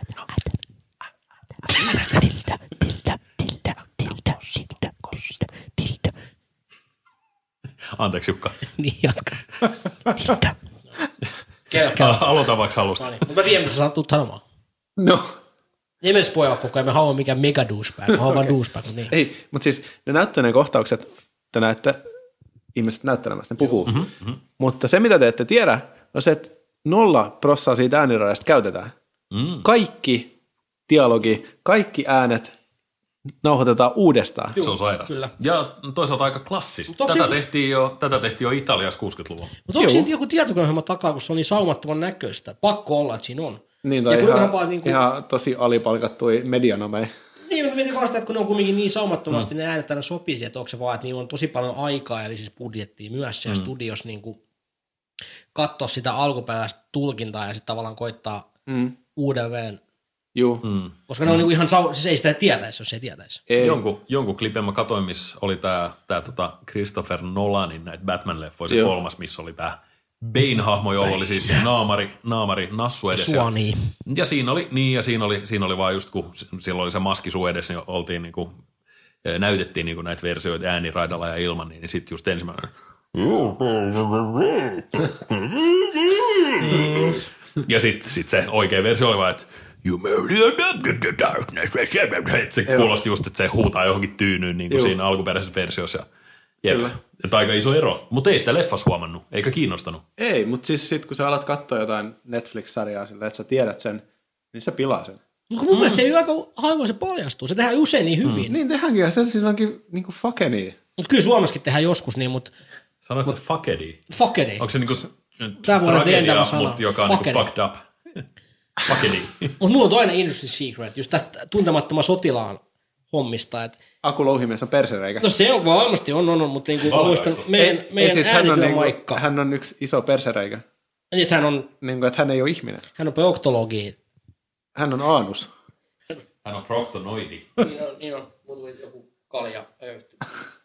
Anteeksi Jukka. niin, jatka. Kerro, kerro. Aloita vaikka alusta. No niin, mutta mä tiedän, mitä sä tulet sanomaan. No. Ei me spoilaa koko ajan, me haluamme mikään mega douchebag, me haluamme vaan douchebag, mutta niin. Ei, mutta siis ne näyttää ne kohtaukset, te näette ihmiset näyttelemässä, ne puhuu. Mm-hmm, mm-hmm. Mutta se, mitä te ette tiedä, on se, että nolla prossaa siitä äänirajasta käytetään. Mm. Kaikki dialogi, kaikki äänet nauhoitetaan uudestaan. Se on sairasta. Kyllä. Ja toisaalta aika klassista. Mut onko Tätä, siinä- tehtiin jo, tätä tehtiin jo Italiassa kuusikymmentäluvulla. Mutta onko Juu. siinä joku tietokoneohjelma takaa, kun se on niin saumattoman näköistä? Pakko olla, että siinä on. Niin, Ja tai kuinka ihan, vaan niinku- ihan tosi alipalkattui medianomeja. Niin, mutta mietin vaan sitä, että kun ne on kuitenkin niin saumattomasti, mm. ne äänet aina sopisi, että onko se vaan, että niillä on tosi paljon aikaa, eli siis budjettia myös siellä mm. studiossa niin kuin katsoa sitä alkuperäistä tulkintaa ja sitten tavallaan koittaa Mm. uudelleen, Juu. Mm. koska mm. ne on niin kuin ihan, sau- siis ei sitä tietäisi, jos ei tietäisi. Ei. Jonkun, jonkun klipin mä katoin, missä oli tää, tää tota Christopher Nolanin näitä Batman-leffoja, se Joo. kolmas, missä oli tää Bane-hahmo, jolla oli siis naamari, naamari nassu edessä. Suoni. Ja siinä oli, niin, ja siinä oli, siinä oli vaan just, kun silloin oli se maski suu edessä, niin oltiin niin kuin, näytettiin niin kuin näitä versioita ääniraidalla ja ilman, niin sitten just ensimmäinen. Ja sitten sit se oikea versio oli vaan, että you merely adopted the darkness. Et se kuulosti just, että se huutaa johonkin tyynyyn niin kuin Joo. siinä alkuperäisessä versiossa. Jep. Kyllä. Että aika iso ero. Mutta ei sitä leffassa huomannut, eikä kiinnostanut. Ei, mutta siis sit kun sä alat katsoa jotain Netflix-sarjaa sillä, että sä tiedät sen, niin se pilaa sen. Mutta mun mielestä se ei aika harvoin se paljastuu, se tehdään usein niin hyvin. Mm. Niin tehdäänkin, ja se siis onkin niinku fakeni. Mutta kyllä Suomessakin tehdään joskus niin, mutta Sanoit sä fuckedi? fuckedi. Onko se niinku Tää vuoden tragedia, tentävä sana. mutta joka on niinku Fuckedi. fucked up? Fuckedi. Mutta mulla on toinen industry secret, just tästä tuntemattoman sotilaan hommista, että Aku Louhimies on persereikä. no se on varmasti, on, on, on mutta niin kuin mä muistan meidän, ei, meidän ei, siis hän on, niinku, äänityömaikka, hän on yksi iso persereikä. niin että hän on, Niin kuin, että hän ei ole ihminen. hän on proktologi. Hän on aanus. Hän on proktonoidi. Niin on, niin on, mulla tuli joku kalja öyhty.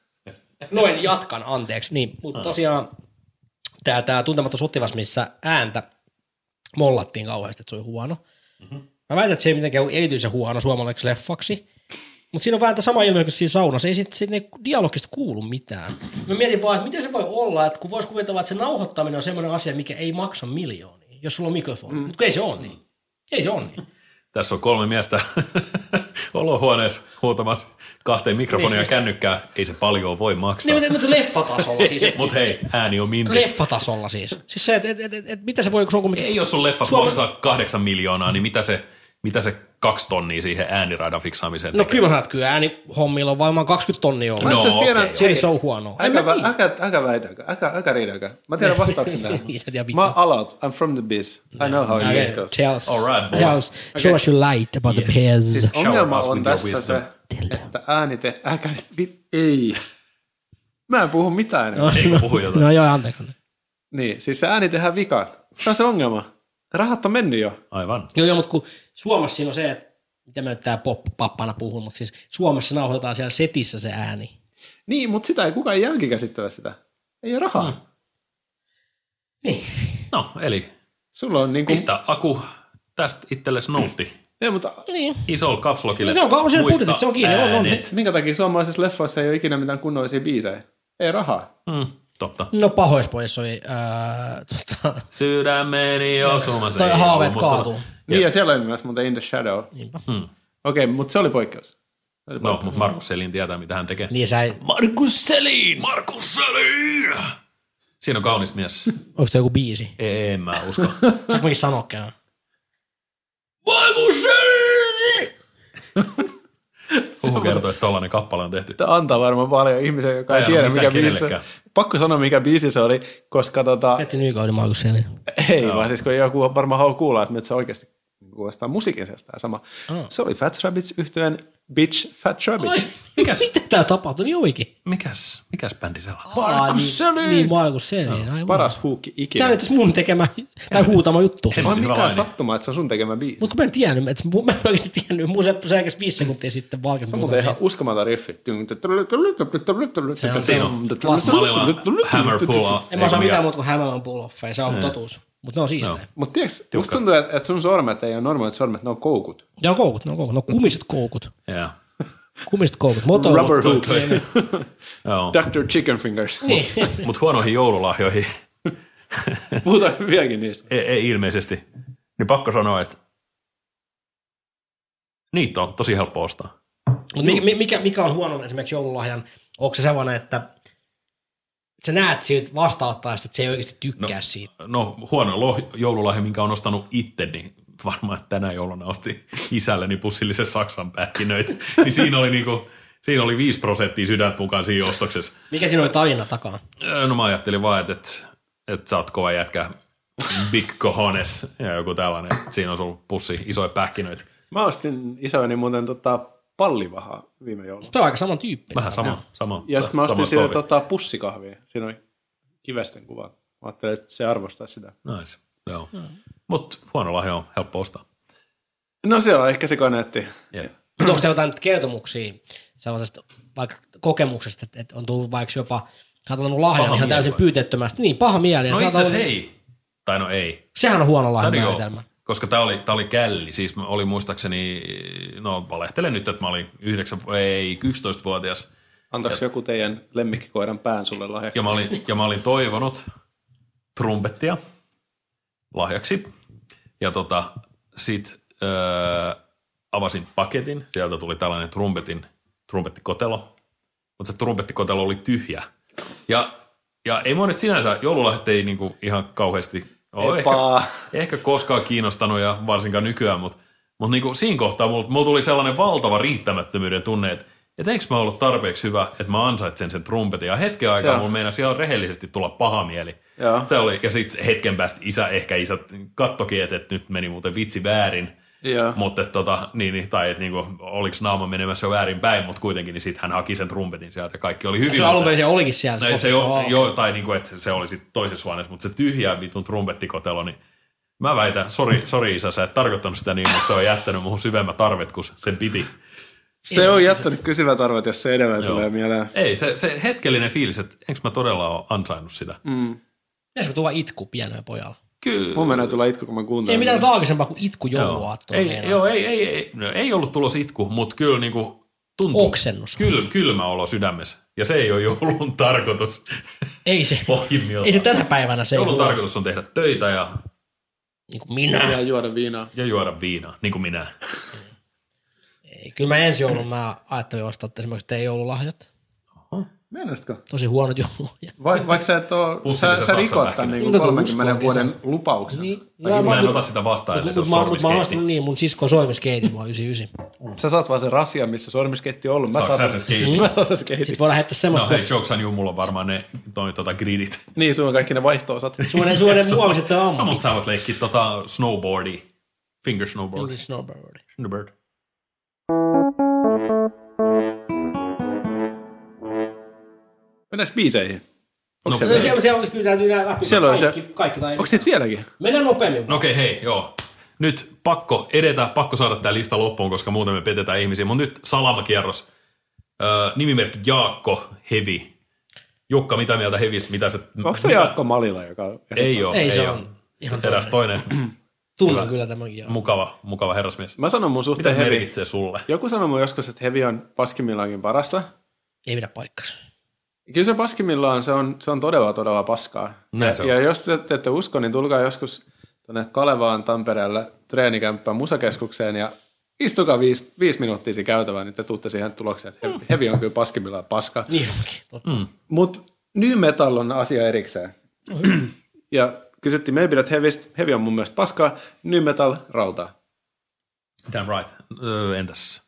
Noin, jatkan, anteeksi. Niin, mutta tosiaan tämä, tämä tuntematon sotilas, missä ääntä mollattiin kauheasti, että se oli huono. Mm-hmm. Mä väitän, että se ei mitenkään ole erityisen huono suomalaiseksi leffaksi. Mutta siinä on vähän tämä sama ilmiö kuin siinä saunassa. Ei sitten sit dialogista kuulu mitään. Mä mietin vaan, että miten se voi olla, että kun voisi kuvitella, että se nauhoittaminen on semmoinen asia, mikä ei maksa miljoonia, jos sulla on mikrofoni. Mm. Mutta ei se ole niin. Ei se ole niin. Tässä on kolme miestä olohuoneessa huutamassa kahteen mikrofonia ja kännykkää. Ei se paljon voi maksaa. Niin, mutta leffatasolla siis. Mutta hei, ääni on mintis. Leffatasolla siis. Siis se, että et, et, et, et, mitä se voi, kun se on kumminkin... Ei jos sun leffas Suomen- maksaa kahdeksan miljoonaa, niin mitä se, mitä se kaksi tonnia siihen ääniraidan fiksaamiseen No tekee? kyllä mä sanon, että kyllä äänihommilla on varmaan kaksikymmentä tonnia ollut. Mä No, itse asiassa tiedän, okei, Se ei se ole huonoa. En mä Äkä, tiedä. äkä, äkä väitäkö, äkä, äkä riidäkö. Mä tiedän vastauksen tähän. Ei sä tiedä Mä oon mitään. allowed, I'm from the biz. I know how Okay, this goes. tell us, All right, boy. tell us, show us your light about the pears. Siis ongelma us on with your tässä wisdom. se, että äänite, äkä, vit, ei. Mä en puhu mitään enää. No, Eikö puhu jotain? no joo, anteeksi. Niin, siis se ääni tehdään vikaan. Se on se ongelma. Rahat on mennyt jo. Aivan. Joo, joo, mutta kun Suomessa siinä on se, että mitä mä nyt tää pop-pappana puhun, mutta siis Suomessa nauhoitetaan siellä setissä se ääni. Niin, mutta sitä ei kukaan jälkikäsittele sitä. Ei ole rahaa. Mm. Niin. No, eli Sulla on niinku... pistä Aku tästä itsellesi noutti. Ei, mutta Niin. Isolla kapsulokille. Se on kauan siellä muista budjetissa, se on kiinni, on, on. äänet. minkä takia suomalaisissa leffoissa ei ole ikinä mitään kunnollisia biisejä? Ei rahaa. Mm, totta. No pahoispojissa oli, ää, tota, Sydämeni osuma se toi ei haaveet ollut, mutta- kaatuu. Niin, ja siellä oli myös muuten In the Shadow. Niinpä. Hmm. Okei, okay, mutta se oli poikkeus. Se oli No, poikkeus. mutta Markus Selin tietää, mitä hän tekee. Niin sä ei, Markus Selin! Markus Selin! Siinä on kaunis mies. onko se joku biisi? Ei, en mä usko. Saanko mäkin sanoa kään? Markus Selin! Huhu kertoo, että tollainen kappale on tehty. Tämä antaa varmaan paljon ihmisiä, joka Tämä ei ei tiedä, ole mikä mitään biisi se kenellekään. Pakko sanoa, mikä biisi se oli, koska tota... Petti Nykauden Markus Selin. Ei, no. vaan siis kun joku varmaan haluaa kuulla, että nyt se oikeasti kuulostaa musiikin tämä sama. Oh. Se oli Fat Rabbits yhtyeen Bitch Fat Rabbits. Ai, mikäs? Mitä tää tapahtui niin oikein? Mikäs, mikäs bändi se on? Markus Selin! Niin, Markus Selin. No, paras huukki ikinä. Tämä oli tässä mun tekemä, tai huutama juttu. En- On Sillä mikään laini. sattuma, että se on sun tekemä biisi. Mutta kun mä en tiennyt, että mä en oikeasti tiennyt, mun se selkeästi viisi sekuntia sitten valkeen. Se on muuten ihan uskomaton riffi. Se on- Siinä on Klassi. Malilla Hammer Pull. En mä osaa mitään muuta kuin Hammer Pull-offeja, se on totuus. Mutta ne on siistejä. Mutta tiedätkö, musta tuntuu, että sun sormet ei ole normaalit sormet, ne on koukut. Ne on koukut, ne on koukut, ne on kumiset koukut. Yeah. Kumiset koukut, motoilu. Rubber hoops. Joo. doctor Chicken Fingers. Niin. Mutta huonoihin joululahjoihin Puhutaan vieläkin niistä. ei, ei ilmeisesti. Niin pakko sanoa, että niitä on tosi helppo ostaa. Mut mikä, mikä, mikä on huono esimerkiksi joululahjan? Onko se sellainen, että sä näet siitä vastaanottajasta, että se ei oikeasti tykkää No. siitä? No huono loh- joululahja, minkä on ostanut itse, niin varmaan että tänä jouluna osti isälleni pussillisen Saksan pähkinöitä. Niin siinä oli, niinku, siinä oli viisi prosenttia sydäntä mukaan siinä ostoksessa. Mikä siinä oli tarina takaa? No mä ajattelin vaan, että, että, että sä oot kova jätkä, big cojones ja joku tällainen. Että siinä on ollut pussi isoja pähkinöitä. Mä ostin isoini muuten tota pallivahaa viime jouluna. Se on aika saman tyyppinen. Vähän sama. sama Ja sa- sitten mä sama ostin sille story. tota pussikahvia. Siinä oli kivesten kuva. Mä ajattelin, että se arvostaa sitä. Nice. Joo. Mutta huono lahja on helppo ostaa. No se on ehkä se koneetti. Yeah. Mutta onko se jotain kertomuksia sellaisesta vaikka kokemuksesta, että, että on tullut vaikka jopa, sä oot annanut lahjan Paha ihan täysin mieli vai? pyytettömästi. Niin, paha mieli. No Sä oot itse asiassa ollut- ei. Tai no ei. Sehän on huono lahjan Tää oli määritelmä. joo, koska tämä oli, tää oli källi. Siis mä olin muistaakseni, no valehtelen nyt, että mä olin yhdeksän, ei, yksitoistavuotias. Antaako joku teidän lemmikkikoiran pään sulle lahjaksi? Ja mä olin, ja mä olin toivonut trumpettia lahjaksi. Ja tota, sit öö, avasin paketin. Sieltä tuli tällainen trumpetin, trumpettikotelo. Mutta se trumpettikotelo oli tyhjä. Ja, ja ei mua nyt sinänsä, joululahjat ei niinku ihan kauheasti ole ehkä, Epaa. ehkä koskaan kiinnostanut ja varsinkaan nykyään, mutta mut niinku siinä kohtaa mulla, mulla tuli sellainen valtava riittämättömyyden tunne, että et eikö mä ollut tarpeeksi hyvä, että mä ansaitsen sen trumpetin. Ja hetken aikaa Joo. mulla meinasi ihan rehellisesti tulla paha mieli. Joo. Se oli, ja sitten hetken päästä isä, ehkä isä kattokin, että, että nyt meni muuten vitsi väärin. Joo. Mutta tota, niin, niin, tai että niinku, oliko naama menemässä jo väärin päin, mutta kuitenkin niin sitten hän haki sen trumpetin sieltä ja kaikki oli hyvin. Se alun perin se olikin siellä. No, ei se jo, jo, tai niinku, että se oli sitten toisessa huoneessa, mutta se tyhjä vitun trumpettikotelo, niin mä väitän, sori, sori isä, sä et tarkoittanut sitä niin, mutta se on jättänyt muuhun syvemmät tarvet, kun sen piti. Se on jättänyt kysyvät arvot, jos se edelleen Joo. tulee mieleen. Ei, se, se hetkellinen fiilis, että enkö mä todella ole ansainnut sitä. Mm. Pitäisikö tulla itku pienellä pojalla? Kyllä. Mun menee tulla itku, kun mä kuuntelen. Ei mitään traagisempaa kuin itku Joo. jouluaattona. Ei, joo, ei, ei, ei, no, ei ollut tulos itku, mutta kyllä niinku tuntuu. Oksennus. Kyl, kylmä olo sydämessä. Ja se ei ole joulun tarkoitus. Ei se, Pohjimmiltaan. ei se tänä päivänä se ei Joulun ole. tarkoitus on tehdä töitä ja, Niin kuin minä. Ja juoda viinaa. ja juoda viinaa, niin kuin minä. Ei, kyllä mä ensi joulun mä ajattelin ostaa esimerkiksi teidän joululahjat. Mielestätkö? Tosi huonot joululahjat. Va- vaikka sä et oo, Pussillisen sä, sä Saksan rikot pähkinä. tämän niin Mitä tuo kolmenkymmenen uskon vuoden kesä? lupauksen. Niin. Tai Mä en mut- ota sitä vastaan, ellei se Mut on mä, mut mä oon sormiskeitti. ostanut niin, mun sisko sormiskeitin mua yhdeksänkymmentäyhdeksän. Sä saat vaan sen rasian, missä sormiskeitti on ollut. Mä Saatko saan sä sen sen skeitin? Mä saan sen skeitin. Sitten voidaan heittää No semmoista, hei, jokes on you, mulla on varmaan ne toi, tota, gridit. Niin, sulla on kaikki ne vaihto-osat. suonen, suonen muoviset No, ammut. mutta sä voit leikkiä tota snowboardia. Finger snowboard. English snowboard. Snowboard. Mennäänkö biiseihin? Onko No, siellä, No, siellä, siellä kyllä täytyy nää läpi. Siellä on se- kaikki, kaikki tai onko siitä vieläkin? Mennään nopeammin. No okei, okay, hei, joo. Nyt pakko edetä, pakko saada tämä lista loppuun, koska muuten me petetään ihmisiä. Mutta nyt salamakierros. Öö, nimimerkki Jaakko Hevi. Jukka, mitä mieltä Hevistä? Mitä se, Onko se mitä- Jaakko Malila, joka on Ei ole, Ei, ei, se ole. on ihan Eräs toinen. toinen Tunnen kyllä tämänkin. joo. mukava, mukava herrasmies. Mä sanon mun Mitä suhteen se Hevi. merkitsee sulle? Joku sanoi mun joskus, että Hevi on paskimmillaankin parasta. Ei pidä paikkansa. Kyllä se paskimmillaan se on, se on todella, todella paskaa. Näin Ja, se on. ja jos te, te ette usko, niin tulkaa joskus tuonne Kalevaan Tampereelle treenikämppään musakeskukseen ja istukaa viisi, viisi minuuttia siinä käytävään, niin te tuutte siihen tulokseen, että Hevi, Hevi on kyllä paskimmillaan paska. Niin onkin. Totta. Mm. Mutta new metal on asia erikseen. Ja kysyttiin mielipidät Hevistä. Hevi on mun mielestä paskaa. New metal, rautaa. Damn right. Öö, entäs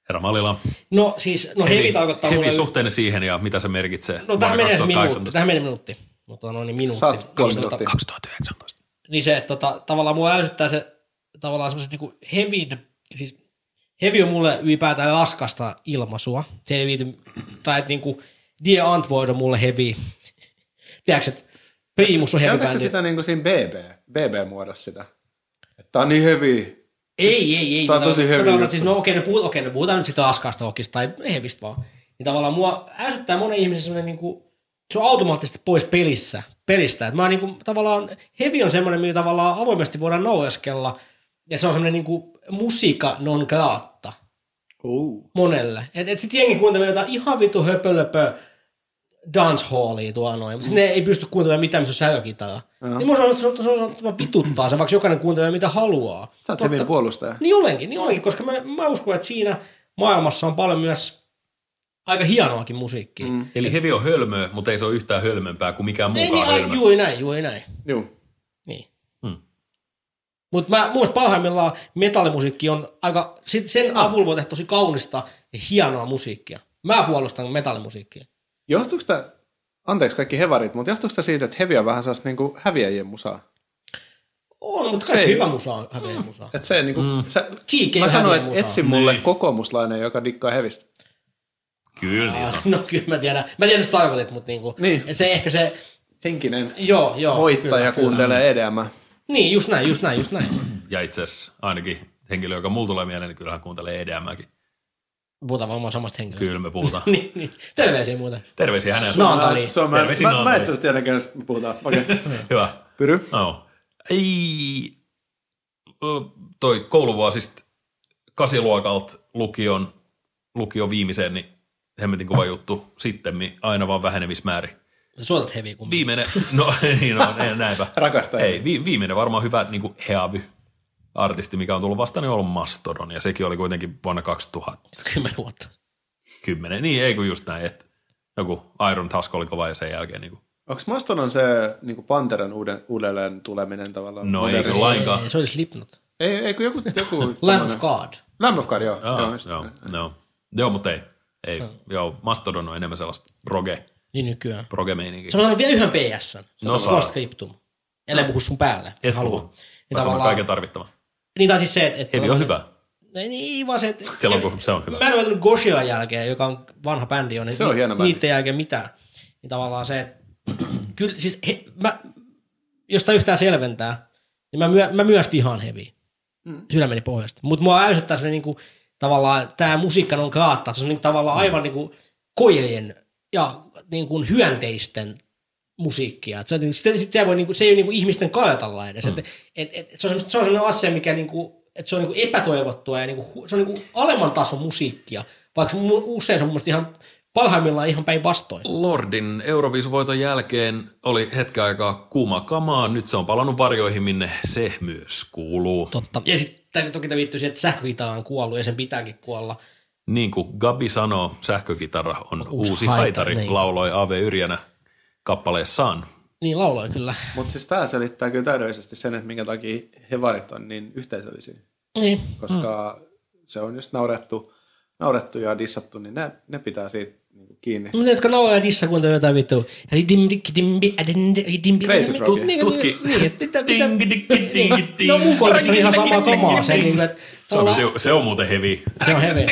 Herra Malila. No siis, no heavy, heavy tarkoittaa heavy mulle... suhteenne siihen ja mitä se merkitsee? No tähän menee se minuutti, tähän menee minuutti. Mutta no niin minuutti. Saat minuutti. kaksituhattayhdeksäntoista. Niin se, että tota, tavallaan mua ärsyttää se tavallaan semmoisen niinku heavyn, siis heavy on mulle ylipäätään raskasta ilmaisua. Se ei viity, tai että niinku Die Antwoord on mulle heavy. Tiedätkö, että Primus on heavy bändi. Käytätkö sitä niinku siinä B B, B B-muodossa sitä? Että tää on niin heavy. Ei, ei, ei. Tää on tosi heavy. Siis, no okei, okay, no, okei, no puhutaan nyt sitä raskaasta okista tai heavistä vaan. Niin tavallaan mua ärsyttää monen ihmisen semmoinen niinku, se on automaattisesti pois pelissä, pelistä. Että mä niinku, tavallaan, heavy on semmoinen, millä tavallaan avoimesti voidaan naureskella, ja se on semmoinen niinku musiikka non grata uh. monelle. Että et sit jengi kuuntelee jotain ihan vitu höpölöpö dancehallia tuolla noin, mutta ne ei pysty kuuntelemaan mitään, missä on säjökitara. Uh-huh. Niin mun sanoo, että se, se, se, se vituttaa se, vaikka jokainen kuuntelee mitä haluaa. Sä oot hyvin puolustaja. Niin olenkin, niin olenkin, koska mä, mä uskon, että siinä maailmassa on paljon myös aika hienoakin musiikkia. Mm. Eli heavy on hölmöä, mutta ei se ole yhtään hölmömpää kuin mikään muukaan niin, hölmö. Juuri näin, juuri näin. Joo. Niin. Hmm. Mutta mä mun mielestä parhaimmillaan metallimusiikki on aika, sen ah. avulla voi tehdä tosi kaunista ja hienoa musiikkia. Mä puolustan metallimusiikkia. Johtuuko sitä, anteeksi kaikki hevarit, mutta johtuuko sitä siitä, että heavy on vähän sellaista niinku häviäjien musaa? On, mutta kaikki hyvä musa on häviäjien musaa. Että se niinku, mm. sä, mä sanoin, että etsi mulle niin. kokoomuslainen, joka dikkaa hevistä. Kyllä niin on. No kyllä mä tiedän. Mä tiedän, että tarkoitit, mutta niinku, niin. se ehkä se... Henkinen joo, joo, voittaja kyllä, kuuntelee kyllä. E D M. Niin, just näin, just näin, just näin. Ja itse asiassa ainakin henkilö, joka mulla tulee mieleen, niin kyllähän kuuntelee E D M:ääkin. Puhutaan varmaan samasta henkilöstä. Kyllä me puhutaan. niin, niin. Terveisiä muuten. Terveisiä hänelle. Naantali. Terveisiä Naantali. Mä, mä et asiassa tiedä, kenestä me puhutaan. Okei. Okay. Hyvä. Pyry? No. Ei. Toi kouluvuosista kasiluokalta lukion, lukion viimeiseen, niin hemmetin kova juttu. Sittemmin aina vaan vähenevissä määrin. Sä soitat heviä kummin. Viimeinen, no niin no, näinpä. Rakastaa. Ei, vi, viimeinen varmaan hyvä niin kuin heavy artisti, mikä on tullut vastaan, niin on ollut Mastodon, ja sekin oli kuitenkin vuonna kaksituhatta. Kymmenen vuotta. Kymmenen, niin ei kun just näin, että joku Iron Tusk oli kova ja sen jälkeen niin kuin. Onko Mastodon se niin kuin Panteran uuden, uudelleen tuleminen tavallaan? No ei kyllä lainkaan. Ei, se oli Slipknot. Ei, ei kun joku... joku Lamb of God. Lamb of God, joo. Joo, joo, joo, no. joo mutta ei. ei. No. Joo, Mastodon on enemmän sellaista proge. Niin nykyään. Proge-meininkiä. Se on vielä yhden P S. No saa. Postscriptum. Ellei puhu sun päälle. Et puhu. Mä sanon kaiken tarvittavan. Niin tai siis se, että... Heavy on hyvä. Ei niin, vaan se, että... Silloin kun se on hyvä. Mä en ole ajatellut Goshian jälkeen, joka on vanha bändi, on, se on hieno bändi. Niiden jälkeen mitään. Niin tavallaan se, että... Kyllä, siis, he, mä, jos sitä yhtään selventää, niin mä, myö, mä myös vihaan heviä. Mm. Sydämeni pohjasta. Mutta mua ärsyttää se niinku... Tavallaan tää musiikka on kraattaa. Se on niinku, tavallaan aivan niinku koirien ja niinku hyönteisten musiikkia. Se, sit, sit se, voi, niinku, se ei ole niinku ihmisten kartalla edes. Mm. Et, et, et, se, on se on sellainen asia, mikä niinku, et se on niinku epätoivottua ja niinku, se on niinku alemman tason musiikkia, vaikka usein se on mun ihan parhaimmillaan ihan päinvastoin. Lordin Euroviisuvoiton jälkeen oli hetken aikaa kuuma kamaa, nyt se on palannut varjoihin, minne se myös kuuluu. Totta. Ja sitten toki tämä viittyy siihen, että sähkökitara on kuollut ja sen pitääkin kuolla. Niin kuin Gabi sanoo, sähkökitara on uusi, uusi haitari, haitari niin. Lauloi A V Yrjänä kappaleessaan. Niin lauloi kyllä. Mutta siis tämä selittää kyllä täydellisesti sen, että minkä takia hevarit on niin yhteisöllisiä. Niin. Koska mm. se on just naurettu, naurettu ja dissattu, niin ne, ne pitää siitä niin kiinni. Mutta jotka nauraa ja dissa, kun jotain vittu. Crazy Frog. Tutki. No mun kohdassa on ihan sama kamaa. Se on muuten heavy. Se on heavy.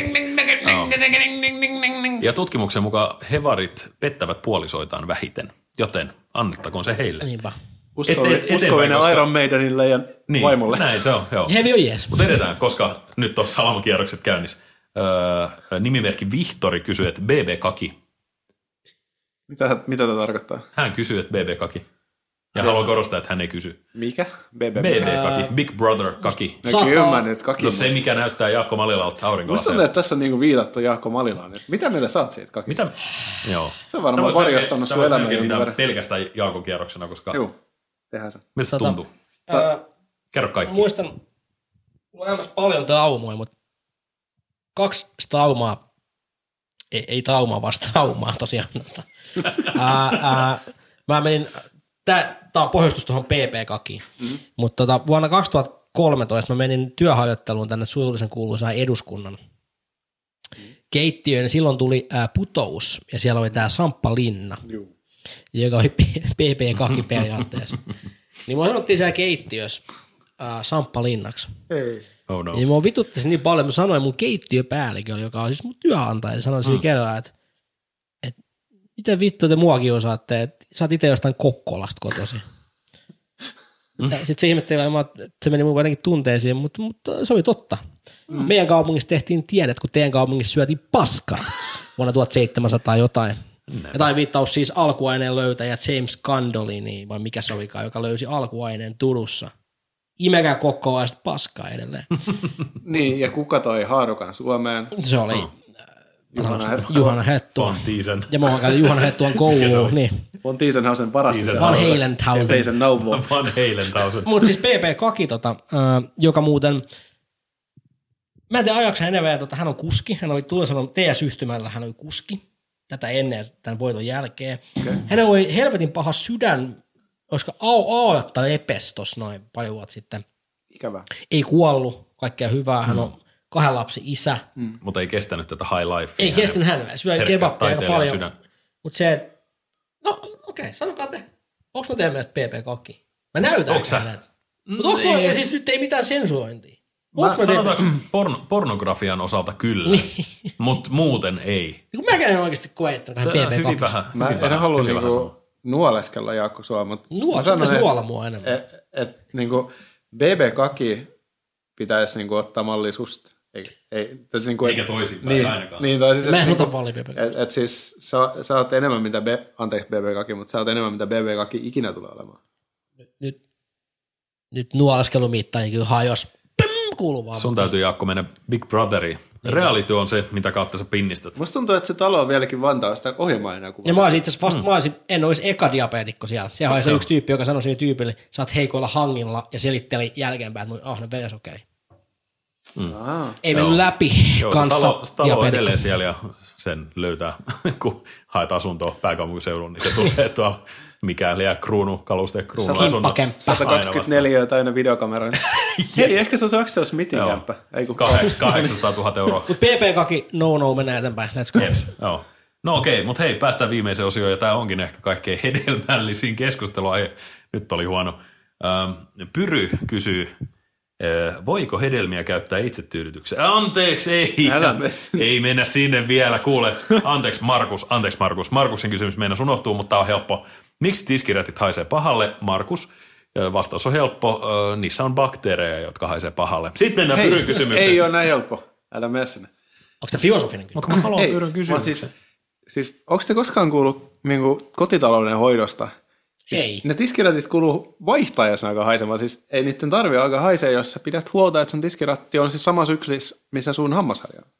Ja tutkimuksen mukaan hevarit pettävät puolisoitaan vähiten, joten annettakoon se heille. Niinpä. Uskovinen Iron Maidenille ja niin, vaimolle. Näin se on, joo. Heavy on jees. Mutta edetään, koska nyt on salamakierrokset käynnissä. Öö, nimimerkki Vihtori kysyy, että B B Kaki. Mitä, mitä tämä tarkoittaa? Hän kysyy, että B B Kaki. Ja haluan korostaa, että hän ei kysy. Mikä? B B B B Kaki. Big Brother Kaki. No kyllä mä nyt Kaki. No se, mikä näyttää Jaakko Malilalta aurinkolaseen. Musta on, että tässä on niinku viitattu Jaakko Malilaan. Mitä mieltä saat siitä Kakista? Mitä? Joo. Se on varmaan varjostanut sun elämää. Tämä on pelkästään Jaakon kierroksena, koska... Joo, tehdään se. Miltä se tuntuu? Ää, Kerro kaikki. Muistan, mulla on elämässä paljon traumoja, mutta kaksi traumaa, ei, ei traumaa, vaan traumaa tosiaan. ää, ää, mä menin, tää, tää on pohjustus tuohon P P-kakiin, mm-hmm. mutta tota, vuonna kaksituhattakolmetoista mä menin työharjoitteluun tänne surullisen kuuluisaan eduskunnan keittiöön, silloin tuli ää, Putous, ja siellä oli tämä Samppa Linna, Joo. joka oli P P kaksi periaatteessa. Niin mua sanottiin siellä keittiössä ää, Samppa Linnaksi. Ei. Oh no. Ja mua vituttaisi niin paljon, mä sanoin mun keittiöpäällikkö, joka on siis mun työnantaja, niin sanoin mm. kerran, että, että mitä vittua te muakin osaatte, että sä oot itse jostain Kokkolasta kotoisin. Mm. Sitten se ihmetteli, että se meni mun jotenkin tunteisiin, mutta, mutta se oli totta. Mm. Meidän kaupungissa tehtiin tiedet, kun teidän kaupungissa syötiin paskaa vuonna tuhatseitsemänsataa jotain. Näin. Ja tai viittaus siis alkuaineen löytäjä James Gandolini, vai mikä se olikaan, joka löysi alkuaineen Turussa. Imekää kokkolaista paskaa edelleen. Niin, ja kuka toi haarukan Suomeen? Se oli Oh. Juhana Hettu. Juhana Hettu. Von Tiisen. Ja mä oon käynyt Juhana Hettuan kouluun. Niin. Von Tiisenhausen paras. Tiisen- Van Heilenthausen. Teisen nauvoa. Van Heilenthausen. Mutta siis P P Kaki, tota, äh, joka muuten, mä en tiedä ajaksi enemmän, tota, hän on kuski. Hän oli tullut sanoa, T S-yhtymällä hän oli kuski tätä ennen tämän voiton jälkeen. Okay. Hän oli helvetin paha sydän, olisiko aortta repes tuossa noin pari vuotta sitten. Ikävä. Ei kuollut, kaikkea hyvää. Hän on kahden lapsen isä. Mm. Mutta ei kestänyt tätä high life. Ei kestänyt hän, syö herkkä kebabia aika taiteilijan paljon. sydän. Mutta se, no okei, okay, sanokaa te, onko mä teidän mielestä P P Kaki? Mä näytän Onks sä? hänet. Mutta onko mä, ja siis nyt ei mitään sensurointia. Onko mä Sanotaanko porno, pornografian osalta kyllä, mutta muuten ei. Niin mäkään en oikeasti koettanut Se P on P hyvin kaksi. vähän. Mä hyvin en vähän, halua hyvin vähän niinku nuoleskella Jaakko sua, mutta Nuo, mä se pitäisi sanon, nuolla mua enemmän. Et, et, et, niinku B B Kaki pitäisi niinku ottaa malli susta. Ei, ei, tos niinku, Eikä toisinpäin niin, ainakaan. Niin, tai siis, Mä en niinku, ota valli P P et, et siis sä, sä oot enemmän mitä, B, anteeksi B B Kaki, mutta sä oot enemmän mitä B B Kaki ikinä tulee olemaan. Nyt, nyt nuoleskelumittaja kyllä hajos. Pim, kuuluu vaan. Sun täytyy Jaakko mennä Big Brotheriin. Reality on se, mitä kautta sä pinnistät. Musta tuntuu, että se talo on vieläkin Vantaa sitä ohjelmaa enää kuvaa. Ja mä olisin itse asiassa vasta, mm. mä olisin, en olisi eka diabeetikko siellä. Siellä oli se yksi tyyppi, joka sanoi sille tyypille, sä oot heikoilla hangilla ja selitteli jälkeenpäin, että mun ahne veresokeri. Mm. Ei mennyt läpi Joo, kanssa se talo, se talo on diabeetikko. edelleen siellä ja sen löytää, kun haet asuntoa pääkaupunkiseudun, niin se tulee tuolla mikään liian kruunu, kaluste kruunu asunto. Himppakämppä. sata kaksikymmentäneljä täynnä videokameroita. Hei, ehkä se on se Axel Smithin Joo. kämppä. Ei kun kahdeksansataatuhatta euroa. Mutta P P Kaki, no no, mennään eteenpäin. Let's go. Jeps, joo. No okei, mutta hei, päästään viimeiseen osioon, ja tämä onkin ehkä kaikkein hedelmällisin keskustelua. Nyt oli huono. Ähm, Pyry kysyy, äh, voiko hedelmiä käyttää itsetyydytykseen? Anteeksi, ei. Älä mene. Ei mennä sinne vielä. Kuule, anteeksi Markus, anteeksi Markus. Markusin kysymys meinas unohtuu, mutta tämä on helppo. Miksi tiskirätit haisee pahalle? Markus, äh, vastaus on helppo. Äh, niissä on bakteereja, jotka haisee pahalle. Sitten mennään Hei, Pyryn kysymykseen. ei ole näin helppo. Älä mene sinne. Onko tämä filosofinen kysymys? Mutta kun mä haluan Ei, Pyryn vaan kysymyksen. siis, siis onko te koskaan kuullut niinku, kotitalouden hoidosta? Siis Ei. Ne tiskirätit kuuluu vaihtajassa aika haisemaan. Siis ei niiden tarvitse aika haisee, jos sä pidät huolta, että sun tiskiratti on siis sama syklis, missä sun hammasharja on.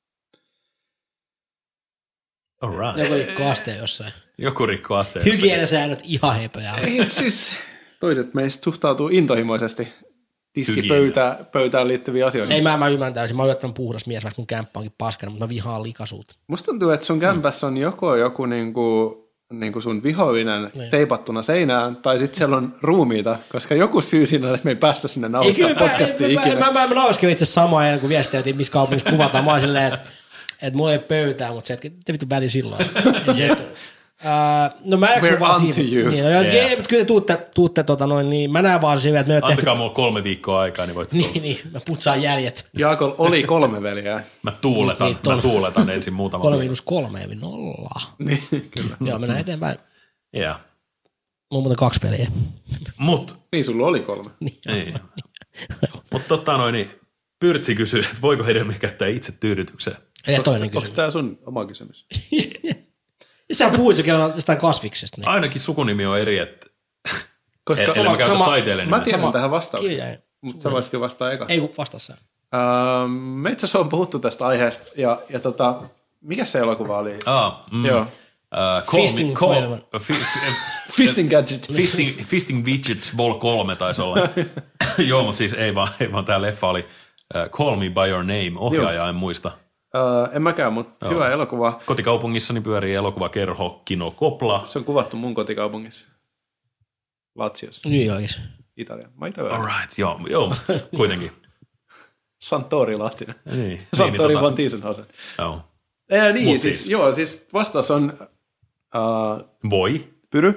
All right. Joku rikko asteen jossain. Joku rikko asteen. jossakin. Hygienasäännöt ihan heipöjä. Ei, siis toiset meistä suhtautuu intohimoisesti tiskipöytään pöytään liittyviin asioihin. Ei mä, mä ymmärrän täysin. Mä oon yllättävän puhdas mies, vaikka mun kämppä onkin paskana, mutta mä vihaan likaisuutta. Musta tuntuu, että sun kämpässä on joko joku niinku, niinku sun vihollinen Niin. teipattuna seinään, tai sitten siellä on ruumiita, koska joku syy siinä on, että me ei päästä sinne Ei nauhoittaa kyllä, mä, podcastia mä, ikinä. mä, mä, mä nauskin itse samaa ajan, kun viesteltiin, missä kaupungissa kuvataan. Mä oon silleen, että et mulla ei pöytää, mutta se, että te vittu väli silloin. Se, et, uh, no mä We're vaan on siinä. to you. Niin, no, yeah. Yeah. Mutta kyllä te tuutte, tuutte tota noin, niin mä näen vaan siinä, että me oon tehty. Antakaa mulle kolme viikkoa aikaa, niin voitte tulla. Niin, niin, mä putsaan jäljet. Jaakolla oli kolme veljeä. Mä tuuletan, Niin, ton- mä tuuletan ensin muutama. Kolme miinus kolme, eli nolla. Niin, kyllä. Joo, mennään eteenpäin. Yeah. Mulla on muuten kaksi peliä. Mut, Niin, sulla oli kolme. ei. Mut totta noin, niin Pyrtsi kysyy, että voiko hedelmiä käyttää itse tyydytykseen. Ja toinen Onko kysymys. tämä sun oma kysymys? Ja sä puhuit jo kerran jostain kasviksesta. Niin. Ainakin sukunimi on eri, että Koska et sillä mä käytän sama- taiteilijan mä nimeä. tiedän sama- tähän vastauksen, Kirja. mutta sä voit kyllä vastaa eka. Ei kun vastaa sä. Ähm, me itse asiassa on puhuttu tästä aiheesta, ja, ja tota, mikä se elokuva oli? Ah, mm. Joo. Uh, call Fisting me, call, Forever. uh, fi, Fisting Gadget. fisting, fisting Widgets Vol kolme taisi olla. Joo, mutta siis ei vaan, ei vaan tämä leffa oli uh, Call Me By Your Name, ohjaaja en muista. Uh, en mäkään, mutta hyvä elokuva. Kotikaupungissani pyörii elokuvakerho Kino Kopla. Se on kuvattu mun kotikaupungissa. Laziossa, New Yorkissa. Italia. Mä itä All right, joo, joo mutta kuitenkin. Santori Lahtinen. Niin, Santori niin, Van Tiesenhausen. Joo. Ää, niin, Mut siis, siis. joo, siis vastaus on uh, Voi. pyry.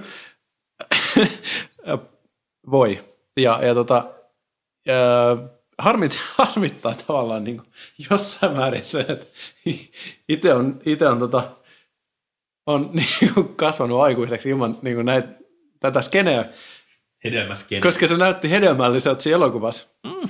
Voi. Ja, ja tota, uh, harmit, harmittaa tavallaan niin kuin jossain määrin se, että itse on, ite on, tota, on niin kuin kasvanut aikuiseksi ilman niin kuin näitä, tätä skeneä, Hedelmäskene. koska se näytti hedelmälliseltä siinä elokuvassa. Mm.